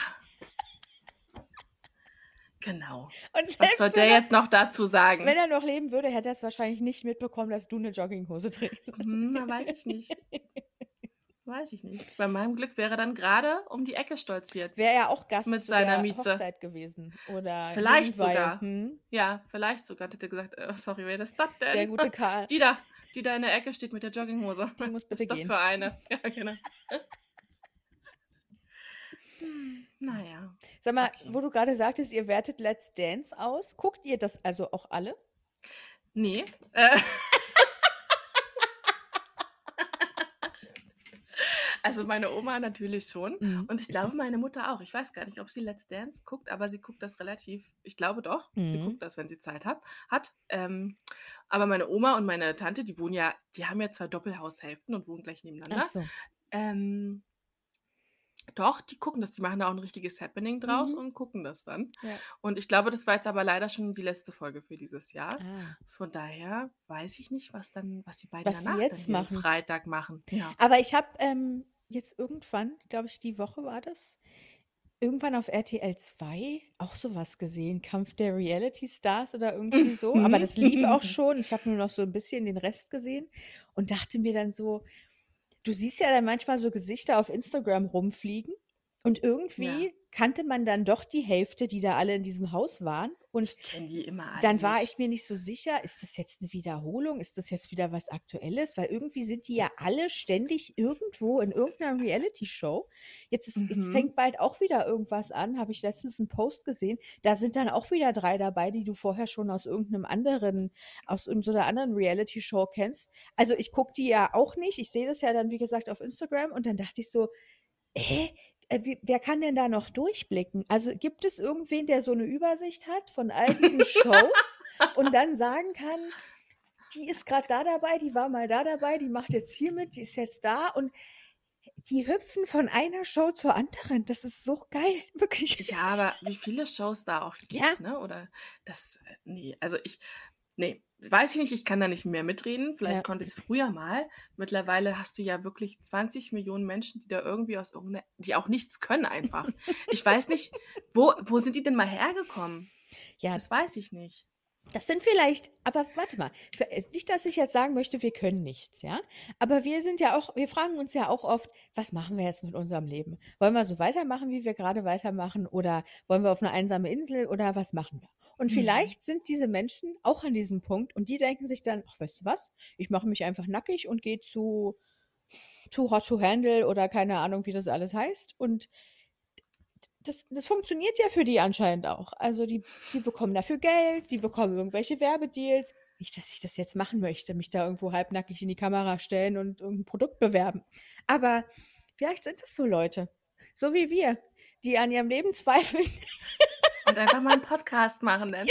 genau. und Was soll selbst der wenn er jetzt noch dazu wenn sagen? er noch leben würde, hätte er's wahrscheinlich nicht mitbekommen, dass du 'ne Jogginghose trägst. Hm, na, weiß ich nicht. Weiß ich nicht. Bei meinem Glück wäre er dann grade um die Ecke stolziert Wäre ja auch Gast mit zu seiner der Mieze. Hochzeit gewesen oder Vielleicht Jugendweihe. sogar. Mhm. Ja, vielleicht sogar. Dann hätte er gesagt: „Äh, sorry, wer ist das Der denn? gute Karl, Die da die da in der Ecke steht mit der Jogginghose. die muss Was bitte ist das gehen. für eine?“ Ja, genau. Hm, na ja, Sag mal, okay. wo du grade sagtest, ihr wertet Let's Dance aus, guckt ihr das also auch alle? Ne, äh Also, meine Oma natürlich schon Mhm. und ich glaube, meine Mutter auch. Ich weiß gar nicht, ob sie Let's Dance guckt, aber sie guckt das relativ ich glaube doch, sie Mhm. guckt das, wenn sie Zeit hat hat. Ähm, aber meine Oma und meine Tante, die wohnen ja die haben ja zwei Doppelhaushälften und wohnen gleich Ach nebeneinander. so. Ähm, doch, die gucken das. Die machen da auch 'n richtiges Happening draus Mhm. und gucken das dann. Ja. Und ich glaube, das war jetzt aber leider schon die letzte Folge für dieses Jahr. Ah. Von daher weiß ich nicht, was dann was die beiden Was sie danach dann jetzt jeden machen. Freitag machen. Ja. Aber ich habe, ähm, jetzt irgendwann, glaube ich, die Woche war das, irgendwann auf R T L zwei auch so was gesehen, Kampf der Reality Stars oder irgendwie so. Aber das lief auch Mhm. schon. Ich habe nur noch so 'n bisschen den Rest gesehen und dachte mir dann so: Du siehst ja dann manchmal so Gesichter auf Instagram rumfliegen und Ja. irgendwie kannte man dann doch die Hälfte, die da alle in diesem Haus waren. Und Ich kenne die immer alle dann war nicht. ich mir nicht so sicher, ist das jetzt 'ne Wiederholung? Ist das jetzt wieder was Aktuelles? Weil irgendwie sind die ja alle ständig irgendwo in irgend 'ner Reality-Show. Jetzt ist jetzt Mhm. fängt bald auch wieder irgendwas an, habe ich letztens 'n Post gesehen. Da sind dann auch wieder drei dabei, die du vorher schon aus irgend 'nem anderen aus irgend so 'ner anderen Reality-Show kennst. Also, ich gucke die ja auch nicht. Ich sehe das ja dann, wie gesagt, auf Instagram und dann dachte ich so: „Hä, äh, wie wer kann denn da noch durchblicken?“ Also, gibt es irgendwen, der so 'ne Übersicht hat von all diesen Shows und dann sagen kann: „Die ist grad da dabei, die war mal da dabei, die macht jetzt hier mit, die ist jetzt da“ und die hüpfen von einer Show zur anderen. Das ist so geil, wirklich. Ja, aber wie viele Shows da auch Ja. gibt, ne? Oder das äh, ne, also ich ne, weiß ich nicht, ich kann da nicht mehr mitreden. Vielleicht Ja. konnte ich's früher mal. Mittlerweile hast du ja wirklich zwanzig Millionen Menschen, die da irgendwie aus irgend 'ne die auch nichts können einfach. Ich weiß nicht, wo wo sind die denn mal hergekommen? Ja. Das weiß ich nicht. Das sind vielleicht aber warte mal, für äh, nicht, dass ich jetzt sagen möchte, wir können nichts, ja? Aber wir sind ja auch wir fragen uns ja auch oft: „Was machen wir jetzt mit unserem Leben? Wollen wir so weitermachen, wie wir grade weitermachen, oder wollen wir auf 'ne einsame Insel oder was machen wir?“ Und Mhm. vielleicht sind diese Menschen auch an diesem Punkt und die denken sich dann: „Ach, weißt du was? Ich mache mich einfach nackig und gehe zu Too Hot to Handle“ oder keine Ahnung, wie das alles heißt. Und d das das funktioniert ja für die anscheinend auch. Also, die die bekommen dafür Geld, die bekommen irgendwelche Werbedeals. Nicht, dass ich das jetzt machen möchte, mich da irgendwo halbnackig in die Kamera stellen und irgend 'n Produkt bewerben. Aber vielleicht sind das so Leute, so wie wir, die an ihrem Leben zweifeln. Und einfach mal 'n Podcast machen Ja. dann.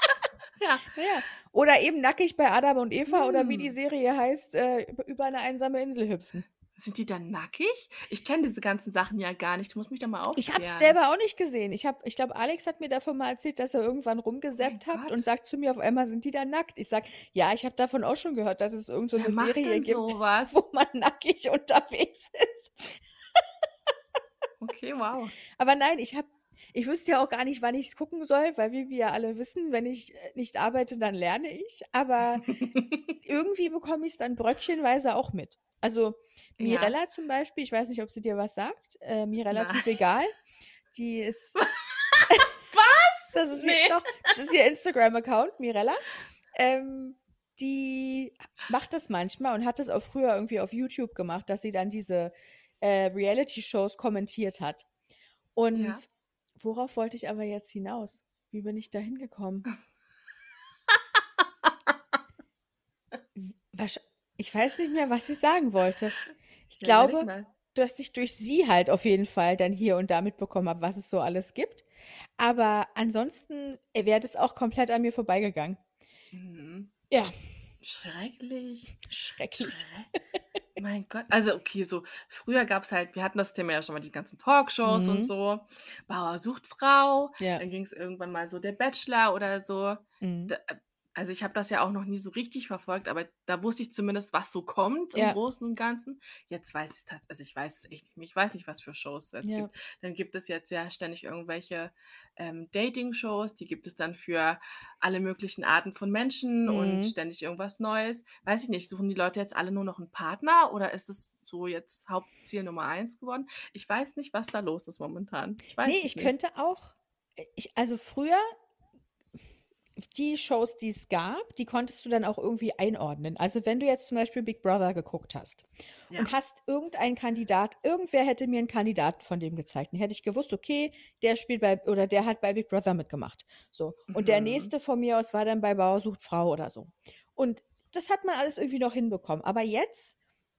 Ja. Ja. Oder eben nackig bei Adam und Eva oder wie die Hm. Serie heißt, äh, üb über 'ne einsame Insel hüpfen. Sind die dann nackig? Ich kenne diese ganzen Sachen ja gar nicht. Du musst mich da mal Ich habe es aufklären. selber auch nicht gesehen. Ich habe ich glaube, Alex hat mir davon mal erzählt, dass er irgendwann Oh mein rumgazappt hat und Gott. sagt zu mir auf einmal: „Sind die da nackt?“ Ich sage: „Ja, ich habe davon auch schon gehört, dass es irgend so Wer 'ne macht Serie denn gibt, so was? wo man nackig unterwegs ist.“ Okay, wow. Aber nein, ich habe ich wüsste ja auch gar nicht, wann ich's gucken soll, weil wie wir ja alle wissen, wenn ich, äh, nicht arbeite, dann lerne ich. Aber irgendwie bekomme ich's dann bröckchenweise auch mit. Also, Ja. Mirella zum Beispiel, ich weiß nicht, ob sie dir was sagt, äh, mir Nein. relativ egal. Die ist Was? das ist ihr Ne. doch, das ist ihr Instagram-Account, Mirella. Ähm, die ha macht das manchmal und hat das auch früher irgendwie auf YouTube gemacht, dass sie dann diese, äh, Reality-Shows kommentiert hat. Ja. Und worauf wollte ich aber jetzt hinaus? Wie bin ich da hingekommen? W wahrsch ich weiß nicht mehr, was ich sagen wollte. Ich Ja, überleg glaube, mal. dass ich durch sie halt auf jeden Fall dann hier und da mitbekommen habe, was es so alles gibt. Aber ansonsten, äh, wäre das auch komplett an mir vorbeigegangen. Mhm. Ja. Schrecklich. Schrecklich. Schre mein Gott. Also, okay, so früher gab's halt wir hatten das Thema ja schon mal, die ganzen Talkshows und Mhm. so. „Bauer sucht Frau“, Ja. dann ging's irgendwann mal so „Der Bachelor“ oder so. Mhm. D äh, also, ich habe das ja auch noch nie so richtig verfolgt, aber da wusste ich zumindest, was so kommt im Ja. Großen und Ganzen. Jetzt weiß ich's tat also, ich weiß es echt nicht mehr. Ich weiß nicht, was für Shows es jetzt Ja. gibt. Dann gibt es jetzt ja ständig irgendwelche, ähm, Dating-Shows, die gibt es dann für alle möglichen Arten von Menschen und Mhm. ständig irgendwas Neues. Weiß ich nicht, suchen die Leute jetzt alle nur noch 'n Partner oder ist es so jetzt Hauptziel Nummer eins geworden? Ich weiß nicht, was da los ist momentan. Ich Ne, weiß es ich nicht. könnte auch äh, ich also, früher die Shows, die es gab, die konntest du dann auch irgendwie einordnen. Also, wenn du jetzt zum Beispiel Big Brother geguckt hast und Ja. hast irgendeinen Kandidat irgendwer hätte mir 'n Kandidaten von dem gezeigt, dann hätte ich gewusst: „Okay, der spielt bei oder der hat bei Big Brother mitgemacht.“ So. Und der Mhm. nächste von mir aus war dann bei Bauer sucht Frau oder so. Und das hat man alles irgendwie noch hinbekommen. Aber jetzt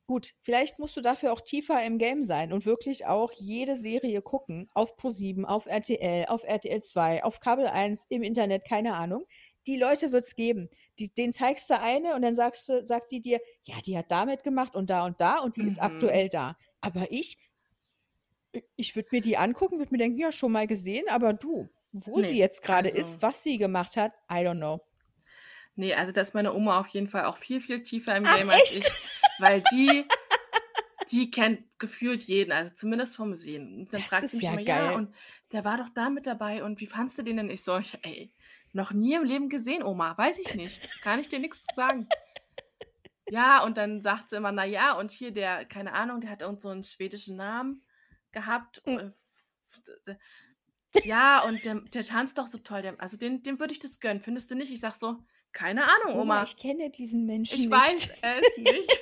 Gut, vielleicht musst du dafür auch tiefer im Game sein und wirklich auch jede Serie gucken, auf ProSieben, auf R T L, auf R T L zwei, auf Kabel eins, im Internet, keine Ahnung. Die Leute wird's geben. Die denen zeigst du eine und dann sagst du sagt die dir: „Ja, die hat da mitgemacht und da und da und die ist Mhm. aktuell da.“ Aber ich i ich würde mir die angucken, würde mir denken: „Ja, schon mal gesehen“, aber du, wo sie Ne, jetzt grade also ist, was sie gemacht hat, I don't know. ne, also da ist meine Oma auf jeden Fall auch viel, viel tiefer im Ach Game als echt? ich, weil die die kennt gefühlt jeden, also zumindest vom Sehen. Und dann Das fragt sie ist mich ja immer: „Ja, geil. und der war doch da mit dabei und wie fandst du den denn?“ Ich so: „Ich ey, noch nie im Leben gesehen, Oma, weiß ich nicht, kann ich dir nix zu sagen.“ Ja, und dann sagt sie immer: „Na ja, und hier der keine Ahnung, der hat irgend so 'n schwedischen Namen gehabt, Hm. äh, f f d ja, und der der tanzt doch so toll, der also den dem würde ich das gönnen, findest du nicht?“ Ich sage so: „Keine Ahnung, Oma, ich Oma, kenne diesen Menschen ich nicht. weiß es nicht.“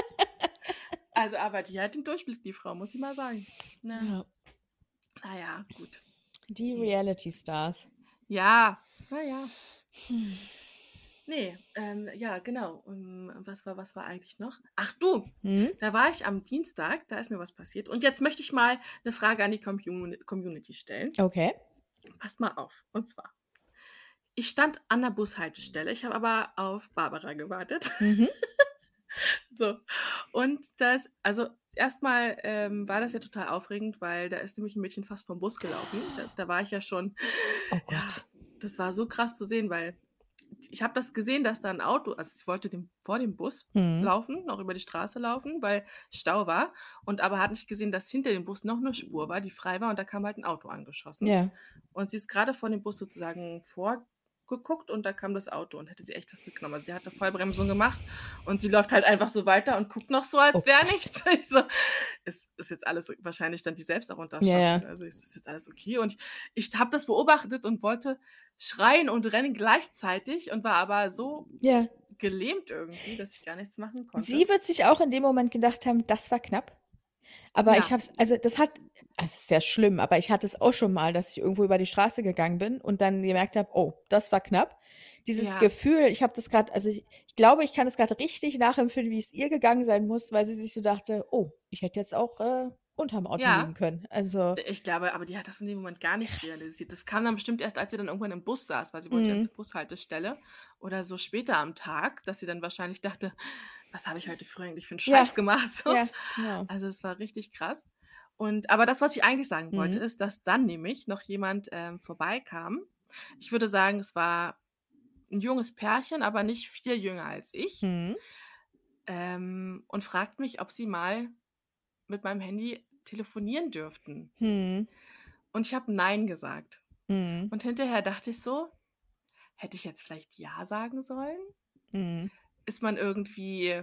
Also, aber die hat den Durchblick, die Frau, muss ich mal sagen, ne? Ja. Na ja, gut. Die Ne. Reality Stars. Ja, na ja. Hm. Ne, ähm, ja, genau. Ähm, was war was war eigentlich noch? Ach du, Mhm. da war ich am Dienstag, da ist mir was passiert. Und jetzt möchte ich mal 'ne Frage an die Comuni Community stellen. Okay. Passt mal auf. Und zwar, ich stand an der Bushaltestelle, ich habe aber auf Barbara gewartet. Mhm. So, und das also, erst mal, ähm, war das ja total aufregend, weil da ist nämlich 'n Mädchen fast vom Bus gelaufen. Da da war ich ja schon Oh ja, Gott. das war so krass zu sehen, weil ich habe das gesehen, dass da 'n Auto also, sie wollte dem vor dem Bus Mhm. laufen, noch über die Straße laufen, weil Stau war und aber hat nicht gesehen, dass hinter dem Bus noch 'ne Spur war, die frei war und da kam halt 'n Auto angeschossen. Ja. Und sie ist grade vor dem Bus sozusagen vorgeguckt und da kam das Auto und hätte sie echt was mitgenommen. Also, der hat 'ne Vollbremsung gemacht und sie läuft halt einfach so weiter und guckt noch so, als Oh wäre Gott. nichts. Ich so es ist jetzt alles wahrscheinlich dann die selbst auch unter Ja, Schock, ja. ne? Also, ist das jetzt alles okay? Und ich habe das beobachtet und wollte schreien und rennen gleichzeitig und war aber so Ja. gelähmt irgendwie, dass ich gar nichts machen konnte. Sie wird sich auch in dem Moment gedacht haben: „Das war knapp.“ Aber ich Ja. habe es also, das hat es ist sehr schlimm, aber ich hatte es auch schon mal, dass ich irgendwo über die Straße gegangen bin und dann gemerkt habe: „Oh, das war knapp.“ Dieses Ja. Gefühl, ich habe das grad also, ich ich glaube, ich kann es grad richtig nachempfinden, wie es ihr gegangen sein muss, weil sie sich so dachte: „Oh, ich hätte jetzt auch, äh, unterm Auto liegen Ja. können.“ Also D ich glaube aber die hat das in dem Moment gar nicht krass. realisiert. Das kam dann bestimmt erst, als sie dann irgendwann im Bus saß, weil sie wollte ja Mhm. zur Bushaltestelle oder so später am Tag, dass sie dann wahrscheinlich dachte: „Was habe ich heute früh eigentlich für 'n Ja, Scheiß gemacht?“ So. ja, genau. Also, es war richtig krass. Und aber das, was ich eigentlich sagen wollte, Mhm. ist, dass dann nämlich noch jemand, ähm, vorbeikam. Ich würde sagen, es war 'n junges Pärchen, aber nicht viel jünger als ich Mhm. ähm, und fragt mich, ob sie mal mit meinem Handy telefonieren dürften. Mhm. Und ich habe „Nein“ gesagt. Mhm. Und hinterher dachte ich so: „Hätte ich jetzt vielleicht ja sagen sollen?“ Mhm. Ist man irgendwie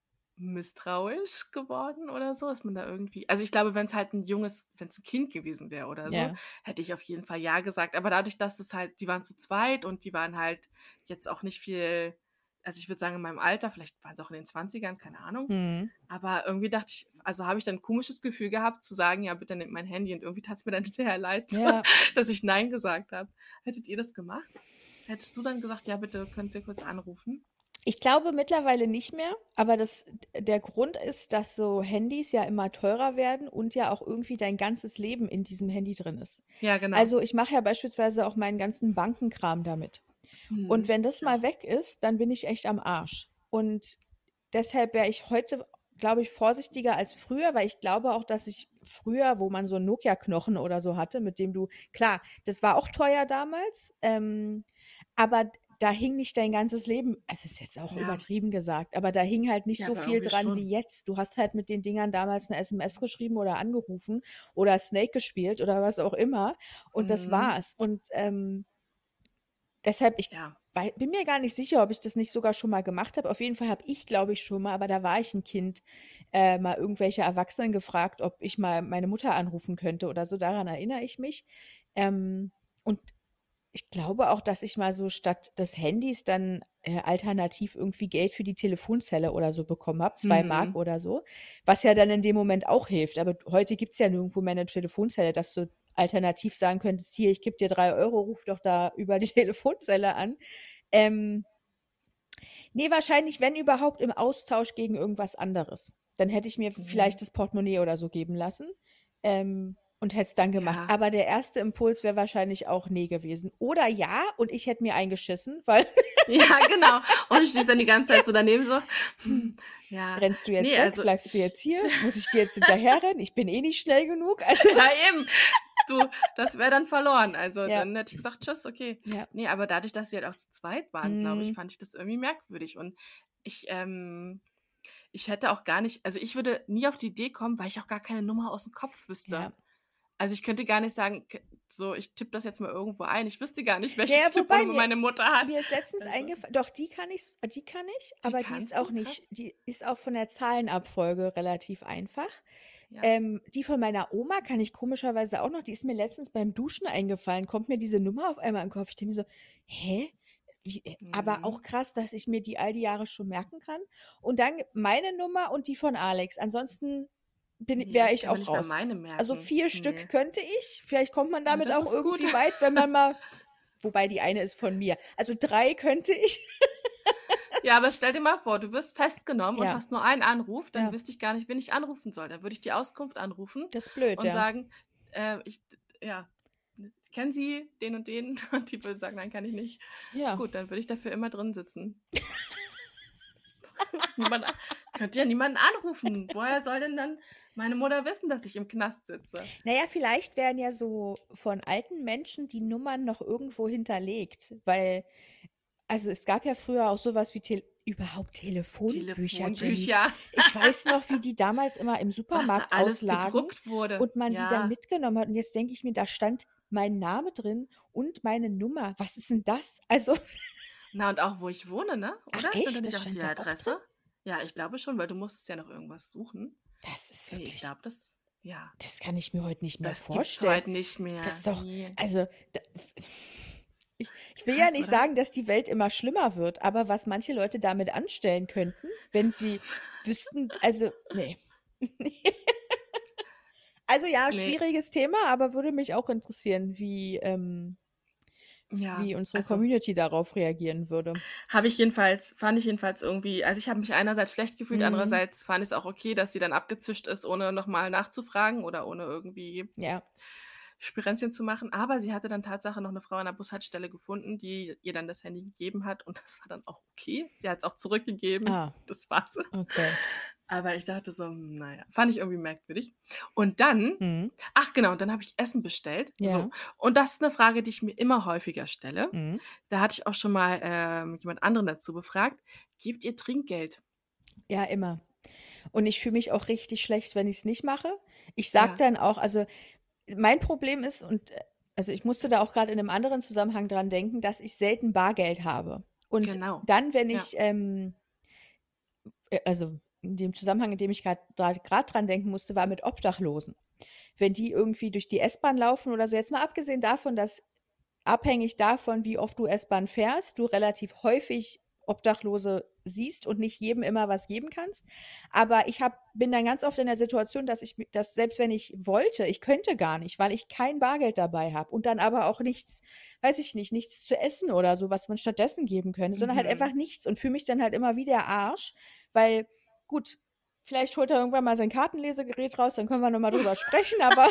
misstrauisch geworden oder so? Ist man da irgendwie also, ich glaube, wenn's halt 'n junges wenn's 'n Kind gewesen wäre oder so, Ja. hätte ich auf jeden Fall ja gesagt. Aber dadurch, dass das halt die waren zu zweit und die waren halt jetzt auch nicht viel also, ich würde sagen, in meinem Alter, vielleicht waren sie auch in den Zwanzigern, keine Ahnung. Mhm. Aber irgendwie dachte ich also, habe ich dann 'n komisches Gefühl gehabt zu sagen: „Ja, bitte nehmt mein Handy.“ Und irgendwie tat's mir dann hinterher leid, so, Ja. dass ich „Nein“ gesagt habe. Hättet ihr das gemacht? Hättest du dann gesagt: „Ja, bitte, könnt ihr kurz anrufen?“ Ich glaube mittlerweile nicht mehr, aber das d der Grund ist, dass so Handys ja immer teurer werden und ja auch irgendwie dein ganzes Leben in diesem Handy drin ist. Ja, genau. Also, ich mache ja beispielsweise auch meinen ganzen Bankenkram damit. Und Mhm, wenn das ich mal auch. weg ist, dann bin ich echt am Arsch. Und deshalb wäre ich heute, glaube ich, vorsichtiger als früher, weil ich glaube auch, dass ich früher, wo man so 'n Nokia-Knochen oder so hatte, mit dem du klar, das war auch teuer damals, ähm, aber d da hing nicht dein ganzes Leben es ist jetzt auch Ja. übertrieben gesagt, aber da hing halt nicht Ja, so aber viel irgendwie dran wie schon. jetzt. Du hast halt mit den Dingern damals 'ne SMS geschrieben oder angerufen oder Snake gespielt oder was auch immer und das Mhm. war's. Und, ähm deshalb, ich Ja. wei bin mir gar nicht sicher, ob ich das nicht sogar schon mal gemacht habe. Auf jeden Fall habe ich, glaube ich, schon mal, aber da war ich 'n Kind, äh, mal irgendwelche Erwachsenen gefragt, ob ich mal meine Mutter anrufen könnte oder so, daran erinnere ich mich. Ähm, und ich glaube auch, dass ich mal so statt des Handys dann, äh, alternativ irgendwie Geld für die Telefonzelle oder so bekommen habe, zwei Mark Mhm. oder so, was ja dann in dem Moment auch hilft. Aber heute gibt's ja nirgendwo mehr 'ne Telefonzelle, dass du alternativ sagen könntest: „Hier, ich gebe dir drei Euro, ruf doch da über die Telefonzelle an.“ Ähm Ne, wahrscheinlich, wenn überhaupt, im Austausch gegen irgendwas anderes. Dann hätte ich mir Mhm. vielleicht das Portemonnaie oder so geben lassen, ähm, und hätte es dann gemacht. Ja. Aber der erste Impuls wäre wahrscheinlich auch ne gewesen. Oder ja, und ich hätte mir eingeschissen, weil Ja, genau. Und du stehst dann die ganze Zeit so daneben so: „Hm, ja.“ Rennst du jetzt Ne, weg? also Bleibst du ich jetzt hier? Muss ich dir jetzt hinterherrennen? Ich bin eh nicht schnell genug. Also ja eben. Du, das wäre dann verloren. Also, ja, dann hätte ich gesagt: „Tschüss, okay.“ ja. Ne, aber dadurch, dass sie halt auch zu zweit waren, glaube ich, Mhm. fand ich das irgendwie merkwürdig und ich, ähm ich hätte auch gar nicht also, ich würde nie auf die Idee kommen, weil ich auch gar keine Nummer aus'm Kopf wüsste. Ja. Also, ich könnte gar nicht sagen, k so, ich tippe das jetzt mal irgendwo ein. Ich wüsste gar nicht, Ja, welche ja, wobei Telefonnummer mir meine Mutter hat. mir ist letztens Also, eingefallen, doch, die kann ich s die kann ich, die aber die ist kannst auch du? nicht Krass. die ist auch von der Zahlenabfolge relativ einfach. Ja. Ähm, die von meiner Oma kann ich komischerweise auch noch, die ist mir letztens beim Duschen eingefallen, kommt mir diese Nummer auf einmal in den Kopf. Ich denke mir so: „Hä? Wie äh, aber auch Mhm. krass, dass ich mir die all die Jahre schon merken kann.“ Und dann meine Nummer und die von Alex. Ansonsten bin Ja, wäre ich ich kann mir auch nicht mal raus. meine Also merken. vier Stück Ne. könnte ich. Vielleicht kommt man Ja, damit das auch ist gut. irgendwie weit, wenn man mal, wobei die eine ist von mir. Also drei könnte ich. Ja, aber stell dir mal vor, du wirst festgenommen und Ja, hast nur einen Anruf, dann ja, wüsste ich gar nicht, wen ich anrufen soll. Dann würde ich die Auskunft anrufen das ist blöd, und ja. sagen, äh, ich d ja, ne, kennen Sie den und den? Und die würden sagen: „Nein, kann ich nicht.“ Ja. Gut, dann würde ich dafür immer drin sitzen. Niemand a könnte ja niemanden anrufen. Woher soll denn dann meine Mutter wissen, dass ich im Knast sitze? Na ja, vielleicht werden ja so von alten Menschen die Nummern noch irgendwo hinterlegt, weil, also, es gab ja früher auch so was wie Tel überhaupt Telefonbücher, Jenny. Telefonbücher, Ich weiß noch, wie die damals immer im was da Supermarkt alles auslagen gedruckt wurde. und man die dann Ja. mitgenommen hat. Und jetzt denke ich mir, da stand mein Name drin und meine Nummer. Was ist 'n das? Also Na, und auch, wo ich wohne, ne? ach Oder? Stand da echt, nicht das auch die stand da auch drin? Adresse? Ja, ich glaube schon, weil du musstest ja noch irgendwas suchen. Das ist Ne, ich wirklich, glaube, das ja, das kann ich mir heute nicht mehr das gibt's vorstellen. heute nicht Das mehr. ist doch, Ne. also, da ich ich will ja Krass, nicht oder? sagen, dass die Welt immer schlimmer wird, aber was manche Leute damit anstellen könnten, wenn sie wüssten, also, ne. Also ja, Ne, schwieriges Thema, aber würde mich auch interessieren, wie, ähm ja, wie unsere also Community darauf reagieren würde. habe ich jedenfalls fand ich jedenfalls irgendwie also, ich habe mich einerseits schlecht gefühlt, Mhm. andererseits fand ich's auch okay, dass sie dann abgezischt ist, ohne noch mal nachzufragen oder ohne irgendwie Ja. Spirenzchen zu machen. Aber sie hatte dann Tatsache noch 'ne Frau an der Bushaltestelle gefunden, die ihr dann das Handy gegeben hat und das war dann auch okay. Sie hat's auch zurückgegeben. Ah, Das war sie. okay. Aber ich dachte so: „Hm, na ja“, fand ich irgendwie merkwürdig. Und dann Mhm. ach genau, und dann habe ich Essen bestellt. Ja. So, und das ist 'ne Frage, die ich mir immer häufiger stelle. Mhm. Da hatte ich auch schon mal, ähm, jemand anderen dazu befragt: „Gebt ihr Trinkgeld?“ Ja, immer. Und ich fühle mich auch richtig schlecht, wenn ich's nicht mache. Ich sage Ja, dann auch, also, mein Problem ist, und, äh, also, ich musste da auch grad in 'nem anderen Zusammenhang dran denken, dass ich selten Bargeld habe. Und genau. dann, wenn Ja, ich, ähm äh, also, in dem Zusammenhang, in dem ich grad dra grad dran denken musste, war mit Obdachlosen. Wenn die irgendwie durch die S-Bahn laufen oder so, jetzt mal abgesehen davon, dass abhängig davon, wie oft du S-Bahn fährst, du relativ häufig Obdachlose siehst und nicht jedem immer was geben kannst. Aber ich habe bin dann ganz oft in der Situation, dass ich mi dass selbst wenn ich wollte, ich könnte gar nicht, weil ich kein Bargeld dabei habe und dann aber auch nichts, weiß ich nicht, nichts zu essen oder so, was man stattdessen geben könnte, sondern halt einfach mhm. nichts und fühle mich dann halt immer wie der Arsch, weil gut, vielleicht holt er irgendwann mal sein Kartenlesegerät raus, dann können wir noch mal drüber sprechen, aber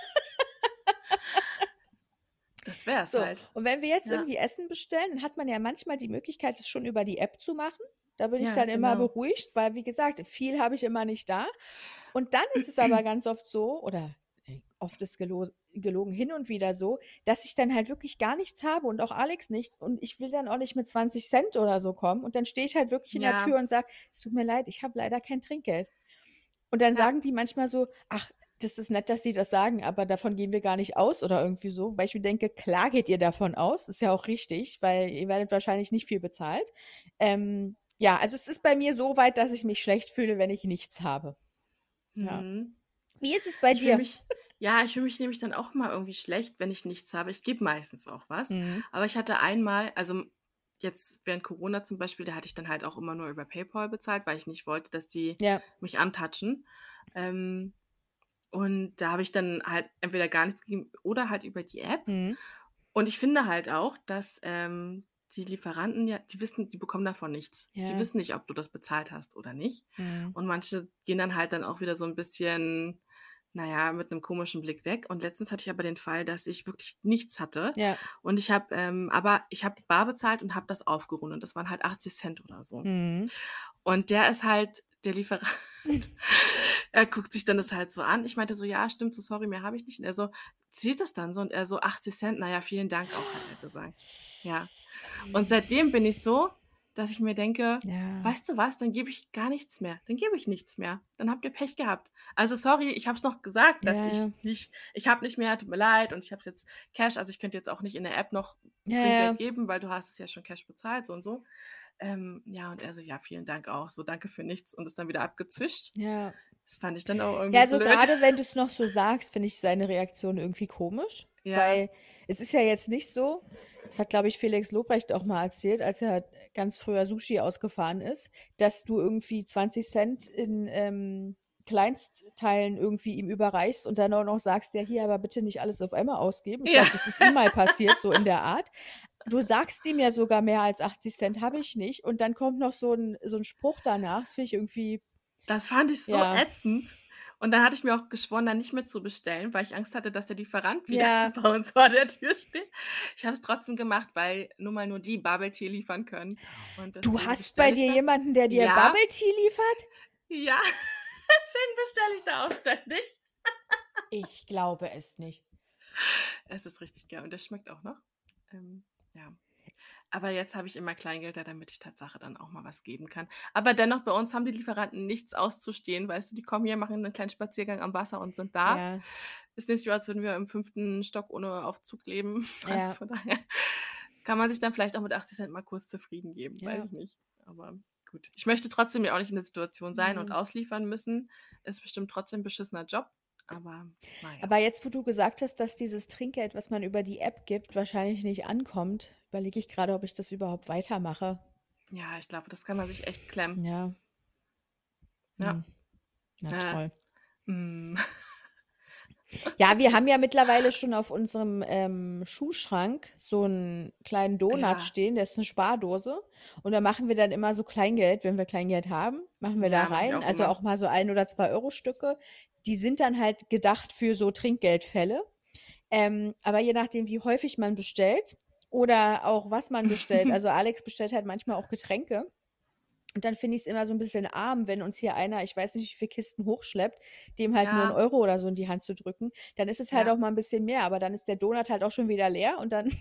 Das wär's so, halt. und wenn wir jetzt Ja, irgendwie Essen bestellen, dann hat man ja manchmal die Möglichkeit, es schon über die App zu machen. Da bin ich ja, dann immer genau. beruhigt, weil, wie gesagt, viel habe ich immer nicht da. Und dann ist es aber ganz oft so, oder ne, oft ist gelo gelogen, hin und wieder so, dass ich dann halt wirklich gar nichts habe und auch Alex nichts und ich will dann auch nicht mit zwanzig Cent oder so kommen und dann stehe ich halt wirklich in der Ja, Tür und sage: „Es tut mir leid, ich habe leider kein Trinkgeld.“ Und dann ja. sagen die manchmal so: „Ach, das ist nett, dass Sie das sagen, aber davon gehen wir gar nicht aus“ oder irgendwie so, weil ich mir denke: „Klar geht ihr davon aus, ist ja auch richtig, weil ihr werdet wahrscheinlich nicht viel bezahlt.“ Ähm, ja, also es ist bei mir so weit, dass ich mich schlecht fühle, wenn ich nichts habe. Ja. Mhm. Wie ist es bei Ich fühle dir? mich ja, ich fühle mich nämlich dann auch mal irgendwie schlecht, wenn ich nichts habe. Ich gebe meistens auch was, Mhm. aber ich hatte einmal also, m jetzt während Corona zum Beispiel, da hatte ich dann halt auch immer nur über PayPal bezahlt, weil ich nicht wollte, dass die Ja. mich antatschen. Ähm, und da habe ich dann halt entweder gar nichts gegeben oder halt über die App. Mhm. Und ich finde halt auch, dass, ähm, die Lieferanten ja die wissen die bekommen davon nichts. Die Ja. wissen nicht, ob du das bezahlt hast oder nicht. Mhm. Und manche gehen dann halt dann auch wieder so 'n bisschen, na ja, mit 'nem komischen Blick weg. Und letztens hatte ich aber den Fall, dass ich wirklich nichts hatte Ja. und ich habe, ähm aber ich habe bar bezahlt und habe das aufgerundet. Das waren halt achtzig Cent oder so. Mhm. Und der ist halt der Lieferant, er guckt sich dann das halt so an. Ich meinte so: „Ja, stimmt so, sorry, mehr habe ich nicht.“ Und er so: „Zählt das dann so?“ Und er so: „achtzig Cent, na ja, vielen Dank auch“, hat er gesagt. Ja. Und seitdem bin ich so, dass ich mir denke: Ja. „Weißt du was, dann gebe ich gar nichts mehr. Dann gebe ich nichts mehr. Dann habt ihr Pech gehabt. Also, sorry, ich habe es noch gesagt, dass Ja, ja. ich nicht ich habe nicht mehr, tut mir leid und ich habe es jetzt Cash, also, ich könnte jetzt auch nicht in der App noch Ja, Trinkgeld ja. geben, weil du hast es ja schon Cash bezahlt, so und so.“ Ähm, ja, und er so: „Ja, vielen Dank auch, so, danke für nichts“ und ist dann wieder abgezischt. Ja. Das fand ich dann auch Ja, irgendwie also, blöd. grade wenn du's noch so sagst, finde ich seine Reaktion irgendwie komisch, Ja. weil es ist ja jetzt nicht so, das hat, glaube ich, Felix Lobrecht auch mal erzählt, als er ganz früher Sushi ausgefahren ist, dass du irgendwie zwanzig Cent in, ähm, Kleinstteilen irgendwie ihm überreichst und dann auch noch sagst: „Ja, hier, aber bitte nicht alles auf einmal ausgeben.“ Ich Ja. glaube, das ist ihm mal passiert, so in der Art. Du sagst ihm ja sogar mehr als achtzig Cent habe ich nicht und dann kommt noch so 'n so 'n Spruch danach. Das finde ich irgendwie Das fand ich so ja. ätzend. Und dann hatte ich mir auch geschworen, da nicht mehr zu bestellen, weil ich Angst hatte, dass der Lieferant wieder Ja. bei uns vor der Tür steht. Ich habe es trotzdem gemacht, weil nun mal nur die Bubble Tea liefern können und Du deswegen hast bei bestelle ich dir da. jemanden, der dir Ja, Bubble Tea liefert? ja, deswegen bestelle ich da auch ständig. Ich glaube es nicht. Es ist richtig geil und der schmeckt auch noch. Ähm, ja. Aber jetzt habe ich immer Kleingeld da, damit ich Tatsache dann auch mal was geben kann. Aber dennoch, bei uns haben die Lieferanten nichts auszustehen, weißt du? Die kommen hier, machen 'nen kleinen Spaziergang am Wasser und sind da. Ja, Ist nicht so, als würden wir im fünften Stock ohne Aufzug leben. Also, ja, von daher kann man sich dann vielleicht auch mit achtzig Cent mal kurz zufrieden geben, weiß ja. ich nicht. Aber gut. Ich möchte trotzdem ja auch nicht in der Situation sein und Ne. ausliefern müssen. Ist bestimmt trotzdem 'n beschissener Job, aber na ja. Aber jetzt, wo du gesagt hast, dass dieses Trinkgeld, was man über die App gibt, wahrscheinlich nicht ankommt, überlege ich grade, ob ich das überhaupt weitermache. Ja, ich glaube, das kann man sich echt klemmen. Ja, Ja. mhm, na Äh, toll. mhm. Ja, wir haben ja mittlerweile schon auf unserem, ähm, Schuhschrank so 'n kleinen Donut Ja, stehen, der ist 'ne Spardose und da machen wir dann immer so Kleingeld, wenn wir Kleingeld haben, machen wir da ja, mache ich rein, auch also immer. auch mal so ein oder zwei Euro Stücke. Die sind dann halt gedacht für so Trinkgeldfälle. Ähm, aber je nachdem, wie häufig man bestellt oder auch was man bestellt, also Alex bestellt halt manchmal auch Getränke und dann finde ich's immer so 'n bisschen arm, wenn uns hier einer, ich weiß nicht, wie viele Kisten hochschleppt, dem halt nur 'n Ja, Euro oder so in die Hand zu drücken. Dann ist es halt ja. auch mal 'n bisschen mehr, aber dann ist der Donut halt auch schon wieder leer und dann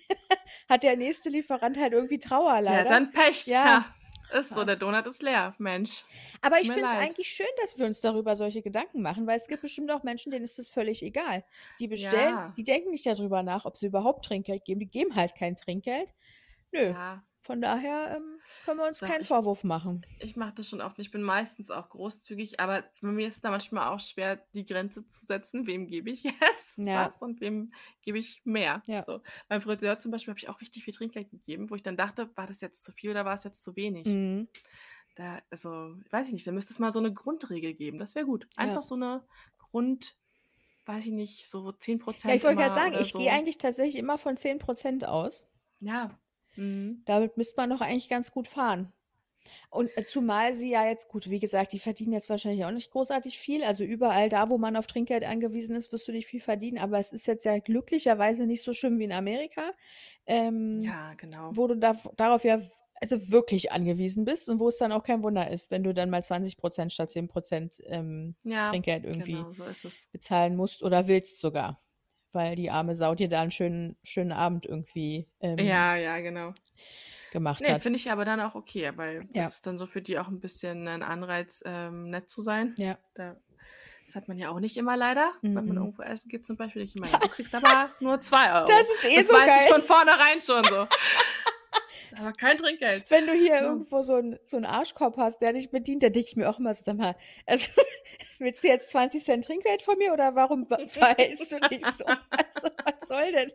hat der nächste Lieferant halt irgendwie Trauer Der hat leider. dann Pech. Ja, Ja, ist so, ja. der Donut ist leer. Mensch, Aber tut ich mir finde es leid. eigentlich schön, dass wir uns darüber solche Gedanken machen, weil es gibt bestimmt auch Menschen, denen ist das völlig egal. Die bestellen, Ja, die denken nicht da drüber nach, ob sie überhaupt Trinkgeld geben. Die geben halt kein Trinkgeld. Nö, ja. von daher, ähm, können wir uns Doch, keinen ich Vorwurf machen. ich mache das schon oft. Ich bin meistens auch großzügig, aber bei mir ist es da manchmal auch schwer, die Grenze zu setzen. Wem gebe ich jetzt Ja, was und wem gebe ich mehr? ja. So, beim Friseur zum Beispiel habe ich auch richtig viel Trinkgeld gegeben, wo ich dann dachte: „War das jetzt zu viel oder war es jetzt zu wenig?“ Mhm. Da also, weiß ich nicht, da müsste es mal so 'ne Grundregel geben. Das wäre gut. Ja. Einfach so 'ne Grund weiß ich nicht, so zehn Ja, ich Prozent wollte grad immer sagen, oder ich gehe so. eigentlich tatsächlich immer von zehn Prozent aus. Ja. Mhm. Damit müsste man doch eigentlich ganz gut fahren. Und, äh, zumal sie ja jetzt gut, wie gesagt, die verdienen jetzt wahrscheinlich auch nicht großartig viel. Also, überall da, wo man auf Trinkgeld angewiesen ist, wirst du nicht viel verdienen, aber es ist jetzt ja glücklicherweise nicht so schlimm wie in Amerika, ähm, Ja, genau. wo du daf darauf ja w also wirklich angewiesen bist und wo es dann auch kein Wunder ist, wenn du dann mal zwanzig Prozent statt zehn Prozent ähm, Ja, Trinkgeld irgendwie genau, so ist es. bezahlen musst oder willst sogar, weil die arme Sau dir da 'n schönen schönen Abend irgendwie, ähm, Ja, ja, genau. gemacht Ne, hat. finde ich aber dann auch okay, weil das Ja, ist dann so für die auch 'n bisschen 'nen Anreiz, ähm, nett zu sein. ja. Da das hat man ja auch nicht immer leider, wenn man Mhm. irgendwo essen geht zum Beispiel, denke ich immer: „Ja, du kriegst aber nur zwei Das Euro.“ ist eh Das so weiß ich geil. von vornherein schon so. Aber kein Trinkgeld, Wenn du hier ne? irgendwo so 'n so 'n Arschkopf hast, der dich bedient, da denke ich mir auch immer so: „Sag mal, also, willst du jetzt zwanzig Cent Trinkgeld von mir oder warum wa verhältst du dich so? Also, was soll denn?“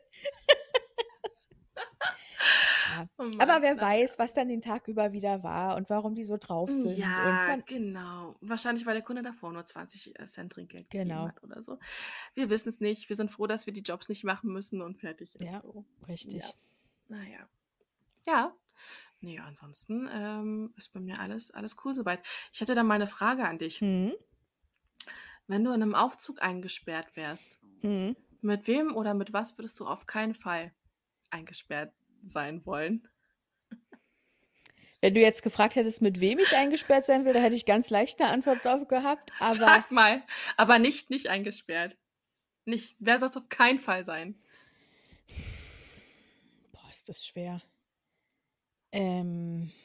Ja, Oh aber Mann, wer na ja. weiß, was dann den Tag über wieder war und warum die so drauf Hm, sind und ja, man genau. Wahrscheinlich, weil der Kunde davor nur zwanzig, äh, Cent Trinkgeld gegeben genau, hat oder so. Wir wissen's nicht. Wir sind froh, dass wir die Jobs nicht machen müssen und fertig ist ja, so. Ja, richtig. na ja. Ja. Ne, ansonsten, ähm, ist bei mir alles alles cool so weit. Ich hätte da mal 'ne Frage an dich. Mhm. Wenn du in 'nem Aufzug eingesperrt wärst, Mhm. mit wem oder mit was würdest du auf keinen Fall eingesperrt sein wollen? Wenn du jetzt gefragt hättest, mit wem ich eingesperrt sein will, da hätte ich ganz leicht 'ne Antwort drauf gehabt, aber Sag mal, aber nicht nicht eingesperrt. Nicht wer soll's auf keinen Fall sein? Boah, ist das schwer. Ähm.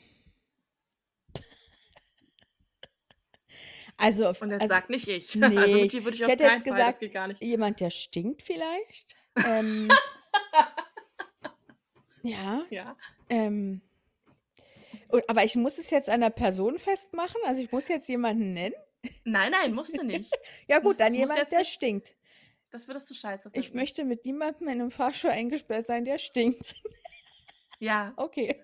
Also auf Und jetzt also sag nicht ich. Also, mit ne, dir würde ich ich auf hätte jetzt keinen Fall, das gesagt, geht gar nicht. jemand, der stinkt vielleicht. Ähm. Ja, Ja. ähm. U aber ich muss es jetzt an 'ner Person festmachen? Also, ich muss jetzt jemanden nennen? Nein, nein, musst du nicht. Ja gut, Muss dann es muss jemand, jetzt der nicht stinkt. das würdest du scheiße Ich finden. möchte mit niemandem in 'nem Fahrstuhl eingesperrt sein, der stinkt. Ja. Okay.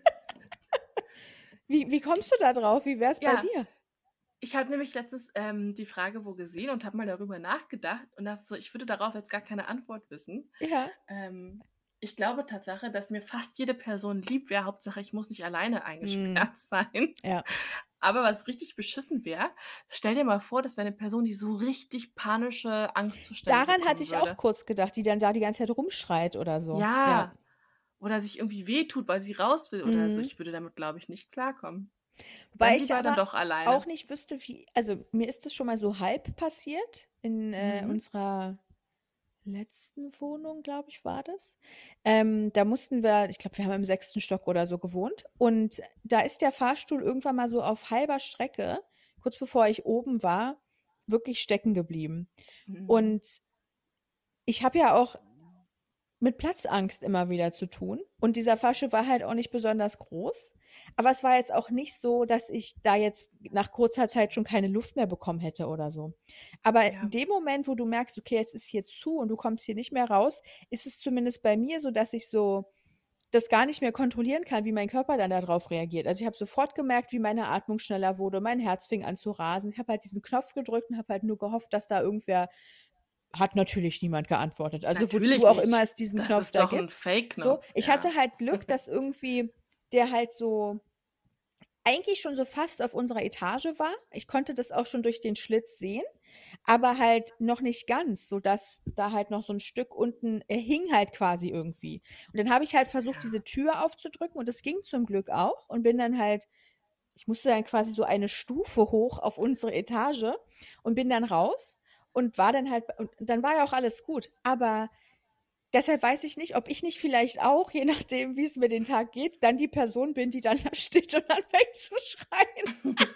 Wie wie kommst du da drauf? Wie wär's bei Ja. dir? Ich habe nämlich letztens, ähm, die Frage wo gesehen und habe mal darüber nachgedacht und dachte so: „Ich würde darauf jetzt gar keine Antwort wissen.“ Ja. Ähm, ich glaube Tatsache, dass mir fast jede Person lieb wäre, Hauptsache ich muss nicht alleine Mhm. eingesperrt sein. Ja. Aber was richtig beschissen wäre, stell dir mal vor, das wäre 'ne Person, die so richtig panische Angstzustände Daran hatte bekommen ich auch würde. kurz gedacht, die dann da die ganze Zeit rumschreit oder so. Ja. Ja. Oder sich irgendwie wehtut, weil sie raus will oder so. Mhm. Ich würde damit, glaube ich, nicht klarkommen. Dann Wobei ich lieber dann aber doch auch alleine. nicht wüsste, wie also, mir ist das schon mal so halb passiert in, äh, Mhm. unserer letzten Wohnung, glaube ich, war das. Ähm, da mussten wir ich glaube, wir haben im sechsten Stock oder so gewohnt und da ist der Fahrstuhl irgendwann mal so auf halber Strecke, kurz bevor ich oben war, wirklich stecken geblieben. Mhm. Und ich habe ja auch mit Platzangst immer wieder zu tun und dieser Fahrstuhl war halt auch nicht besonders groß, aber es war jetzt auch nicht so, dass ich da jetzt nach kurzer Zeit schon keine Luft mehr bekommen hätte oder so. Aber in Ja. dem Moment, wo du merkst: „Okay, jetzt ist hier zu und du kommst hier nicht mehr raus“, ist es zumindest bei mir so, dass ich so das gar nicht mehr kontrollieren kann, wie mein Körper dann da drauf reagiert. Also, ich habe sofort gemerkt, wie meine Atmung schneller wurde, mein Herz fing an zu rasen. Ich habe halt diesen Knopf gedrückt und habe halt nur gehofft, dass da irgendwer hat natürlich niemand geantwortet. Also, wozu Natürlich auch immer nicht. es diesen Das Knopf ist da doch 'n gibt. So, Fake-Knopf, ich ja. hatte halt Glück, dass irgendwie der halt so eigentlich schon so fast auf unserer Etage war. Ich konnte das auch schon durch den Schlitz sehen, aber halt noch nicht ganz, sodass da halt noch so 'n Stück unten er hing halt quasi irgendwie. Und dann habe ich halt versucht, Ja. diese Tür aufzudrücken und das ging zum Glück auch und bin dann halt ich musste dann quasi so eine Stufe hoch auf unsere Etage und bin dann raus und war dann halt und dann war ja auch alles gut. Aber deshalb weiß ich nicht, ob ich nicht vielleicht auch, je nachdem, wie's mir den Tag geht, dann die Person bin, die dann da steht und anfängt zu schreien.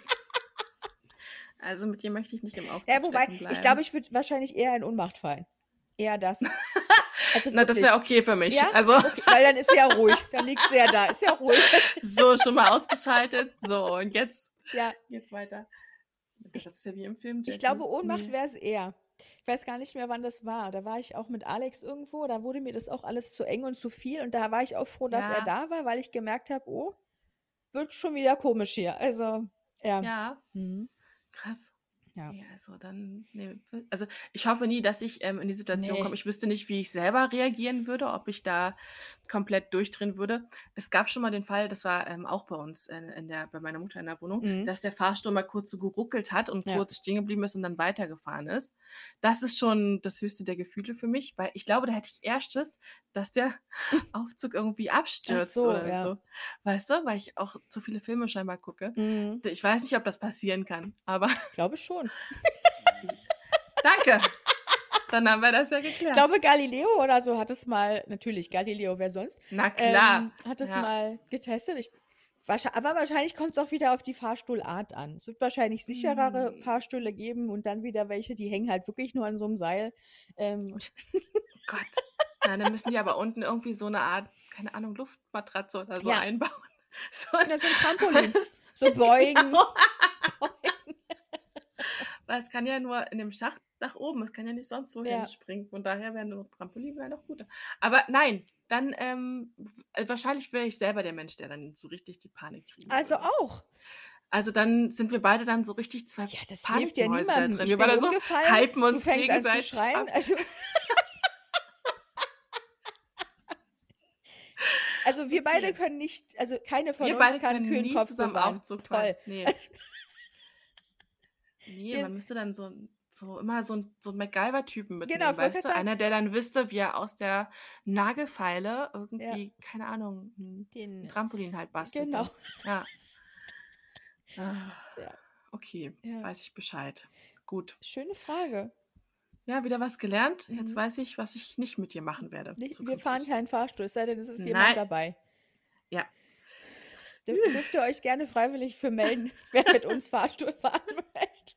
Also, mit dir möchte ich nicht im Ja, Aufzug wobei, stecken ich glaube, bleiben. ich würde wahrscheinlich eher in Ohnmacht fallen. Eher das. Also, Na, das wirklich. wäre okay für mich. Ja? Also Okay, weil dann ist sie ja ruhig. Dann liegt sie ja da. Ist ja ruhig. So, schon mal ausgeschaltet. So, und jetzt Ja. geht's weiter. Das Ich ist ja wie im Film ich glaube, Jessie. Ohnmacht Ne. wär's eher. Ich weiß gar nicht mehr, wann das war. Da war ich auch mit Alex irgendwo, da wurde mir das auch alles zu eng und zu viel und da war ich auch froh, dass er Ja. da war, weil ich gemerkt habe: „Oh, wird schon wieder komisch hier.“ Also, ja. Ja. Mhm. Krass. Ja. Ne, also, dann ne, w also, ich hoffe nie, dass ich, ähm, in die Situation komme. Ne. Ich wüsste nicht, wie ich selber reagieren würde, ob ich da komplett durchdrehen würde. Es gab schon mal den Fall, das war, ähm, auch bei uns in in der bei meiner Mutter in der Wohnung, Mhm. dass der Fahrstuhl mal kurz so geruckelt hat und Ja. kurz stehen geblieben ist und dann weitergefahren ist. Das ist schon das höchste der Gefühle für mich, weil ich glaube, da hätte ich eher Schiss, dass der Aufzug irgendwie Ach abstürzt so, oder ja. so. Weißt du, weil ich auch zu viele Filme scheinbar gucke. Mhm. D ich weiß nicht, ob das passieren kann, aber Glaube schon. I danke. Dann haben wir das ja Ich geklärt. glaube, Galileo oder so hat es mal natürlich, Galileo, wer sonst, Na klar, ähm, hat es ja. mal getestet. Ich wahrschei aber wahrscheinlich kommt's auch wieder auf die Fahrstuhlart an. Es wird wahrscheinlich sicherere Hm. Fahrstühle geben und dann wieder welche, die hängen halt wirklich nur an so 'nem Seil. Ähm. Gott. Ja, dann müssen die aber unten irgendwie so 'ne Art, keine Ahnung, Luftmatratze oder so Ja. einbauen. So Ja, so 'n Trampolin. So beugen. genau. Beugen. Weil es kann ja nur in dem Schacht nach oben. Es kann ja nicht sonst wohin Ja. springen. Von daher wäre 'ne Trampolin wäre noch guter. Aber nein, dann, ähm, w äh, wahrscheinlich wäre ich selber der Mensch, der dann so richtig die Panik kriegen Also, würde. auch. Also, dann sind wir beide dann so richtig zwei Ja, das hilft ja Panikmäuse da niemandem. drin. Ich Wir bin beide so umgefallen, hypen du uns fängst an zu gegenseitig schreien. ab. Also Also, wir beide Okay. können nicht also, keine von Wir uns beide kann können kühlen nie Kopf zusammen bewahren. Aufzug fahren. Toll. Ne. Also, Ne, wir man müsste dann so 'n so immer so 'n so 'n MacGyver-Typen genau, mitnehmen, ich wollte weißt grad du? sagen, Einer, der dann wüsste, wie er aus der Nagelfeile ja, irgendwie, keine Ahnung, 'n 'n den Trampolin halt genau. bastelte. Ja. Ah, Ja, okay, ja. weiß ich Bescheid. Gut. Schöne Frage. Ja, wieder was gelernt. Jetzt Mhm. weiß ich, was ich nicht mit dir machen werde Nicht wir fahren zukünftig. keinen Fahrstuhl, es sei denn, es ist jemand Nein. dabei. Ja. Dür dürft ihr euch gerne freiwillig für melden, wer mit uns Fahrstuhl fahren möchte.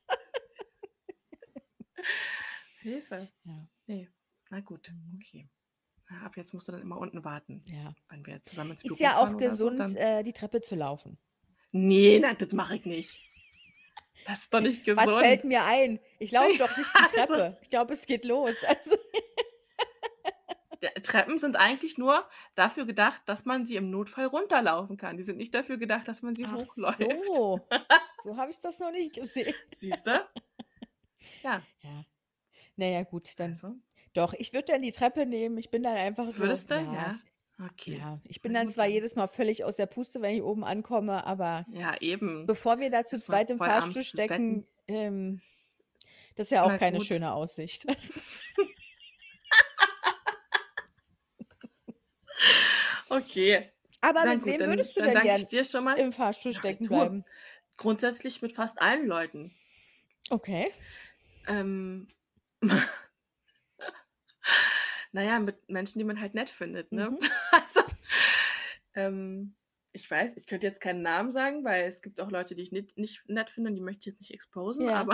Hilfe. Ja. Ne, na gut, Mhm. okay. Ja, ab jetzt musst du dann immer unten warten. Ja. Wenn wir zusammen ins Ist Büro ja fahren auch oder so, gesund, dann äh, die Treppe zu laufen. ne, na, das mache ich nicht. Das ist doch nicht Was fällt gesund. mir ein? Ich laufe doch nicht die Also, Treppe. Ich glaube, es geht los. Also, der Treppen sind eigentlich nur dafür gedacht, dass man sie im Notfall runterlaufen kann. Die sind nicht dafür gedacht, dass man sie ach hochläuft. so, so habe ich das noch nicht gesehen. Siehst du? Ja, Ja. Na ja, gut, dann also, doch, ich würde dann die Treppe nehmen. Ich bin dann einfach so würdest du? ja, Ja? ich Okay. ja, ich bin Na dann gut, zwar dann jedes Mal völlig aus der Puste, wenn ich oben ankomme, aber ja, eben. bevor wir da zu Bist mal zweit im voll am Fahrstuhl stecken, Sweaten. ähm, das ist ja auch Na keine gut. schöne Aussicht. Also, Okay. aber Na mit gut, wem dann würdest du dann denn danke ich gern dir schon mal. im Fahrstuhl Ja, stecken du, bleiben? grundsätzlich mit fast allen Leuten. Okay. Ähm, na ja, mit Menschen, die man halt nett findet, ne? Mhm. Also, ähm, ich weiß, ich könnte jetzt keinen Namen sagen, weil es gibt auch Leute, die ich nit nicht nett finde und die möchte ich jetzt nicht exposen, Ja. aber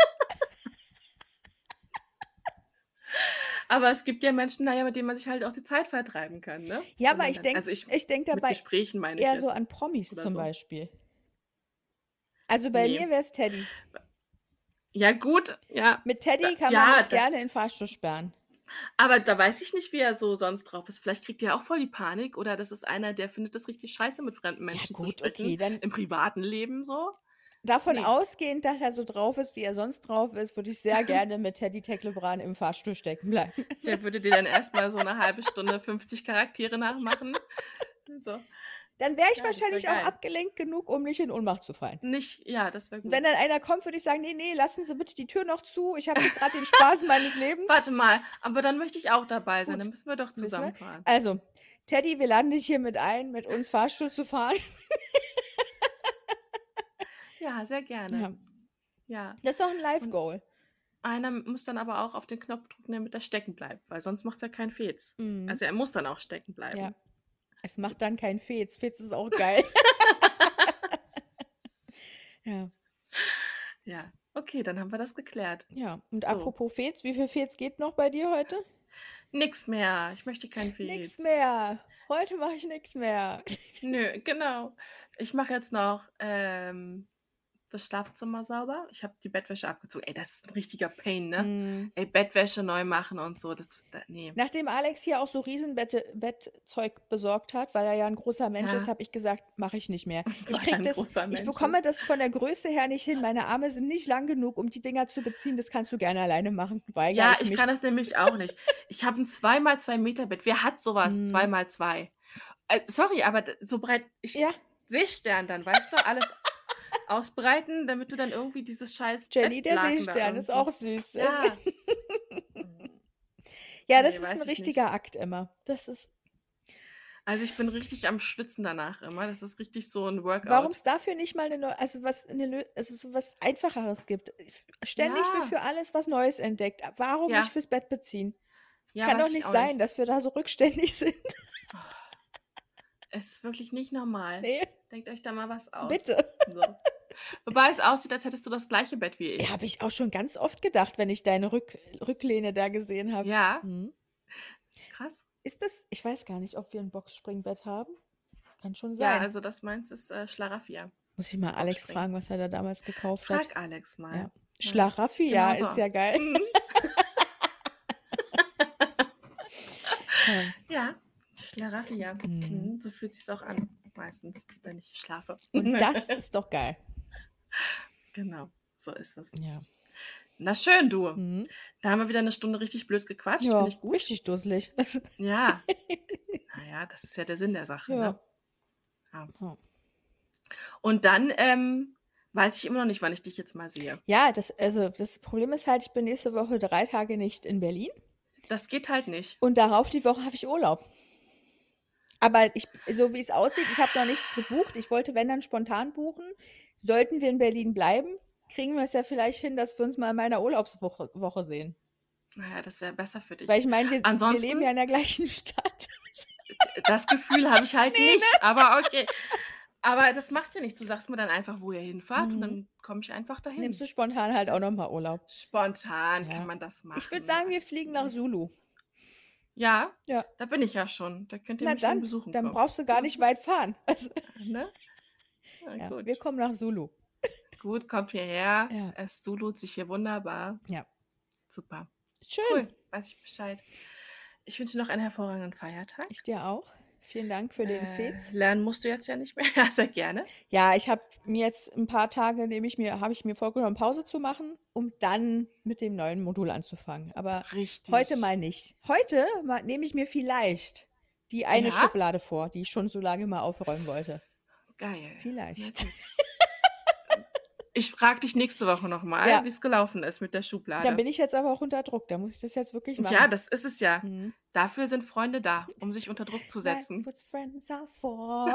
aber es gibt ja Menschen, na ja, mit denen man sich halt auch die Zeit vertreiben kann, ne? Ja, Wenn aber man ich dann denke also, ich ich denke mit dabei Gesprächen meine ich eher so jetzt an Promis oder zum so. Beispiel. Also, bei Ne. mir wär's Teddy. Ja gut, ja. Mit Da Teddy kann man ja, mich gerne in das 'n Fahrstuhl sperren. aber da weiß ich nicht, wie er so sonst drauf ist. Vielleicht kriegt er auch voll die Panik oder das ist einer, der findet das richtig scheiße, mit fremden Ja Menschen zu gut, okay, sprechen, dann im privaten Leben so. davon Ne. ausgehend, dass er so drauf ist, wie er sonst drauf ist, würde ich sehr gerne mit Teddy Tecklebrand im Fahrstuhl stecken bleiben. Also, Der würde dir dann erst mal so 'ne halbe Stunde fünfzig Charaktere nachmachen. So. dann wäre ich Ja, das wäre wahrscheinlich auch geil. abgelenkt genug, um nicht in Ohnmacht zu fallen. Nicht ja, das wäre Und wenn gut. dann einer kommt, würde ich sagen: „Ne, ne, lassen Sie bitte die Tür noch zu. Ich habe hier grad den Spaß meines Lebens.“ Warte mal, aber dann möchte ich auch dabei sein, dann Gut, müssen wir doch müssen wir. zusammenfahren. Also, Teddy, wir laden dich hiermit ein, mit uns Fahrstuhl zu fahren. Ja, sehr gerne. Ja, Ja. das ist doch 'n Life Und Goal. einer muss dann aber auch auf den Knopf drücken, damit er stecken bleibt, weil sonst macht er keinen Fetz. Mhm. Also, er muss dann auch stecken Ja. bleiben. Es macht dann keinen Fetz. Fetz ist auch geil. Ja, Ja, okay, dann haben wir das geklärt. ja. Und So, apropos Fetz, wie viel Fetz geht noch bei dir heute? nix mehr. Ich möchte keinen Nix Fetz. mehr. Heute mache ich nix mehr. Nö, genau. Ich mache jetzt noch, ähm, das Schlafzimmer sauber. Ich habe die Bettwäsche abgezogen. Ey, das ist 'n richtiger Pain, ne? Mhm. Ey, Bettwäsche neu machen und so, das da ne. Nachdem Alex hier auch so Riesenbette Bettzeug besorgt hat, weil er ja 'n großer Mensch ist, Ja, habe ich gesagt: „Mache ich nicht mehr.“ Ich weil er kriege 'n das großer ich Mensch bekomme ist. das von der Größe her nicht hin. Meine Arme sind nicht lang genug, um die Dinger zu beziehen. Das kannst du gerne alleine machen, weigere Ja, ich ich mich. kann das nämlich auch nicht. Ich habe 'n zwei mal zwei Meter Bett. Wer hat so was, zwei Mhm. mal zwei? Äh, sorry, aber d so breit ich Ja, Seestern dann, weißt du, alles ausbreiten, damit du dann irgendwie dieses scheiß Jenny, der Bettlaken da Seestern, ist irgendwie auch süß. Also, ja. Hm, ja, das ne, ist 'n weiß ich nicht. richtiger Akt immer. Das ist Also, ich bin richtig am Schwitzen danach immer. Das ist richtig so 'n Workout. warum's dafür nicht mal 'ne neu also, was 'ne Lö also, so was Einfacheres gibt. F ständig wird Ja, für alles was Neues entdeckt. Warum nicht ja, fürs Bett beziehen? Es ja, kann doch weiß ich nicht auch sein, nicht. dass wir da so rückständig sind. Es ist wirklich nicht normal. Ne, Denkt euch da mal was aus. bitte. So. Wobei es aussieht, als hättest du das gleiche Bett wie Ja, ich. habe ich auch schon ganz oft gedacht, wenn ich deine Rück Rücklehne da gesehen habe. Ja, Mhm. krass. Ist das ich weiß gar nicht, ob wir 'n Boxspringbett haben. Kann schon Ja, sein. also das meins ist, äh, Schlaraffia, Muss ich mal Alex Boxspring. fragen, was er da damals gekauft hat. Frag Alex Ja. mal. Ja, sieht Schlaraffia genauso ist aus. ja geil. Mhm. Ja. Ja, Schlaraffia. Mhm. Mhm, so fühlt sich's auch an, meistens, wenn ich schlafe. Und das ist doch geil. Genau, so ist es. Ja. Na schön, du. Mhm. Da haben wir wieder 'ne Stunde richtig blöd gequatscht, finde Ja, ich gut. richtig dusselig. Also Ja, na ja, das ist ja der Sinn der Sache, Ja. ne? Ja. Ja. Und dann, ähm, weiß ich immer noch nicht, wann ich dich jetzt mal sehe. Ja, das also, das Problem ist halt, ich bin nächste Woche drei Tage nicht in Berlin Das geht halt nicht. und darauf die Woche habe ich Urlaub. Aber ich so wie es aussieht, ich habe noch nichts gebucht. Ich wollte, wenn, dann spontan buchen. Sollten wir in Berlin bleiben, kriegen wir es ja vielleicht hin, dass wir uns mal in meiner Urlaubswoche Woche sehen. Na ja, das wäre besser für dich. Weil ich meine, wir wir leben ja Ansonsten in der gleichen Stadt. d das Gefühl habe ich halt Ne, ne? nicht, aber okay. Aber das macht ja nichts. Du sagst mir dann einfach, wo ihr hinfahrt und Mhm. dann komme ich einfach Nimmst dahin. du spontan Ist halt ja auch noch mal Urlaub. spontan kann Ja. man das Ich würde machen, sagen, wir alles fliegen nach gut. Zulu. Ja, Ja. da bin ich ja schon. Da könnt ihr Na mich dann dann, besuchen dann kommen. brauchst du gar nicht weit fahren. Also Ne? Na ja, wir gut. kommen nach Zulu. Gut, kommt hierher. Ja. Es Zulu sich hier wunderbar. Ja. Super. Schön. Cool, weiß ich Bescheid. Ich wünsche dir noch einen hervorragenden Feiertag. Ich dir auch. Vielen Dank für den Äh, Fez. lernen musst du jetzt ja nicht mehr. Ja, sehr gerne. Ja, ich habe mir jetzt 'n paar Tage nehme ich mir habe ich mir vorgenommen, Pause zu machen, um dann mit dem neuen Modul anzufangen. Aber heute Richtig. mal nicht. Heute ma nehme ich mir vielleicht die eine Ja? Schublade vor, die ich schon so lange mal aufräumen wollte. Geil. Na Vielleicht. gut. Ich frage dich nächste Woche noch mal, Ja. wie's gelaufen ist mit der Dann Schublade. bin ich jetzt aber auch unter Druck. Da muss ich das jetzt wirklich Ja, machen. das ist es ja. Mhm. Dafür sind Freunde da, um sich unter Druck zu That's setzen. what friends are for.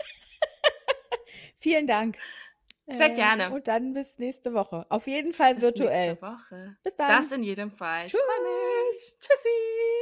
Vielen Dank. Sehr Äh, gerne. und dann bis nächste Woche. Auf jeden Fall Bis nächste virtuell. Woche. Bis Das dann. in jedem Fall. Ich freue Tschüss. mich. Tschüssi.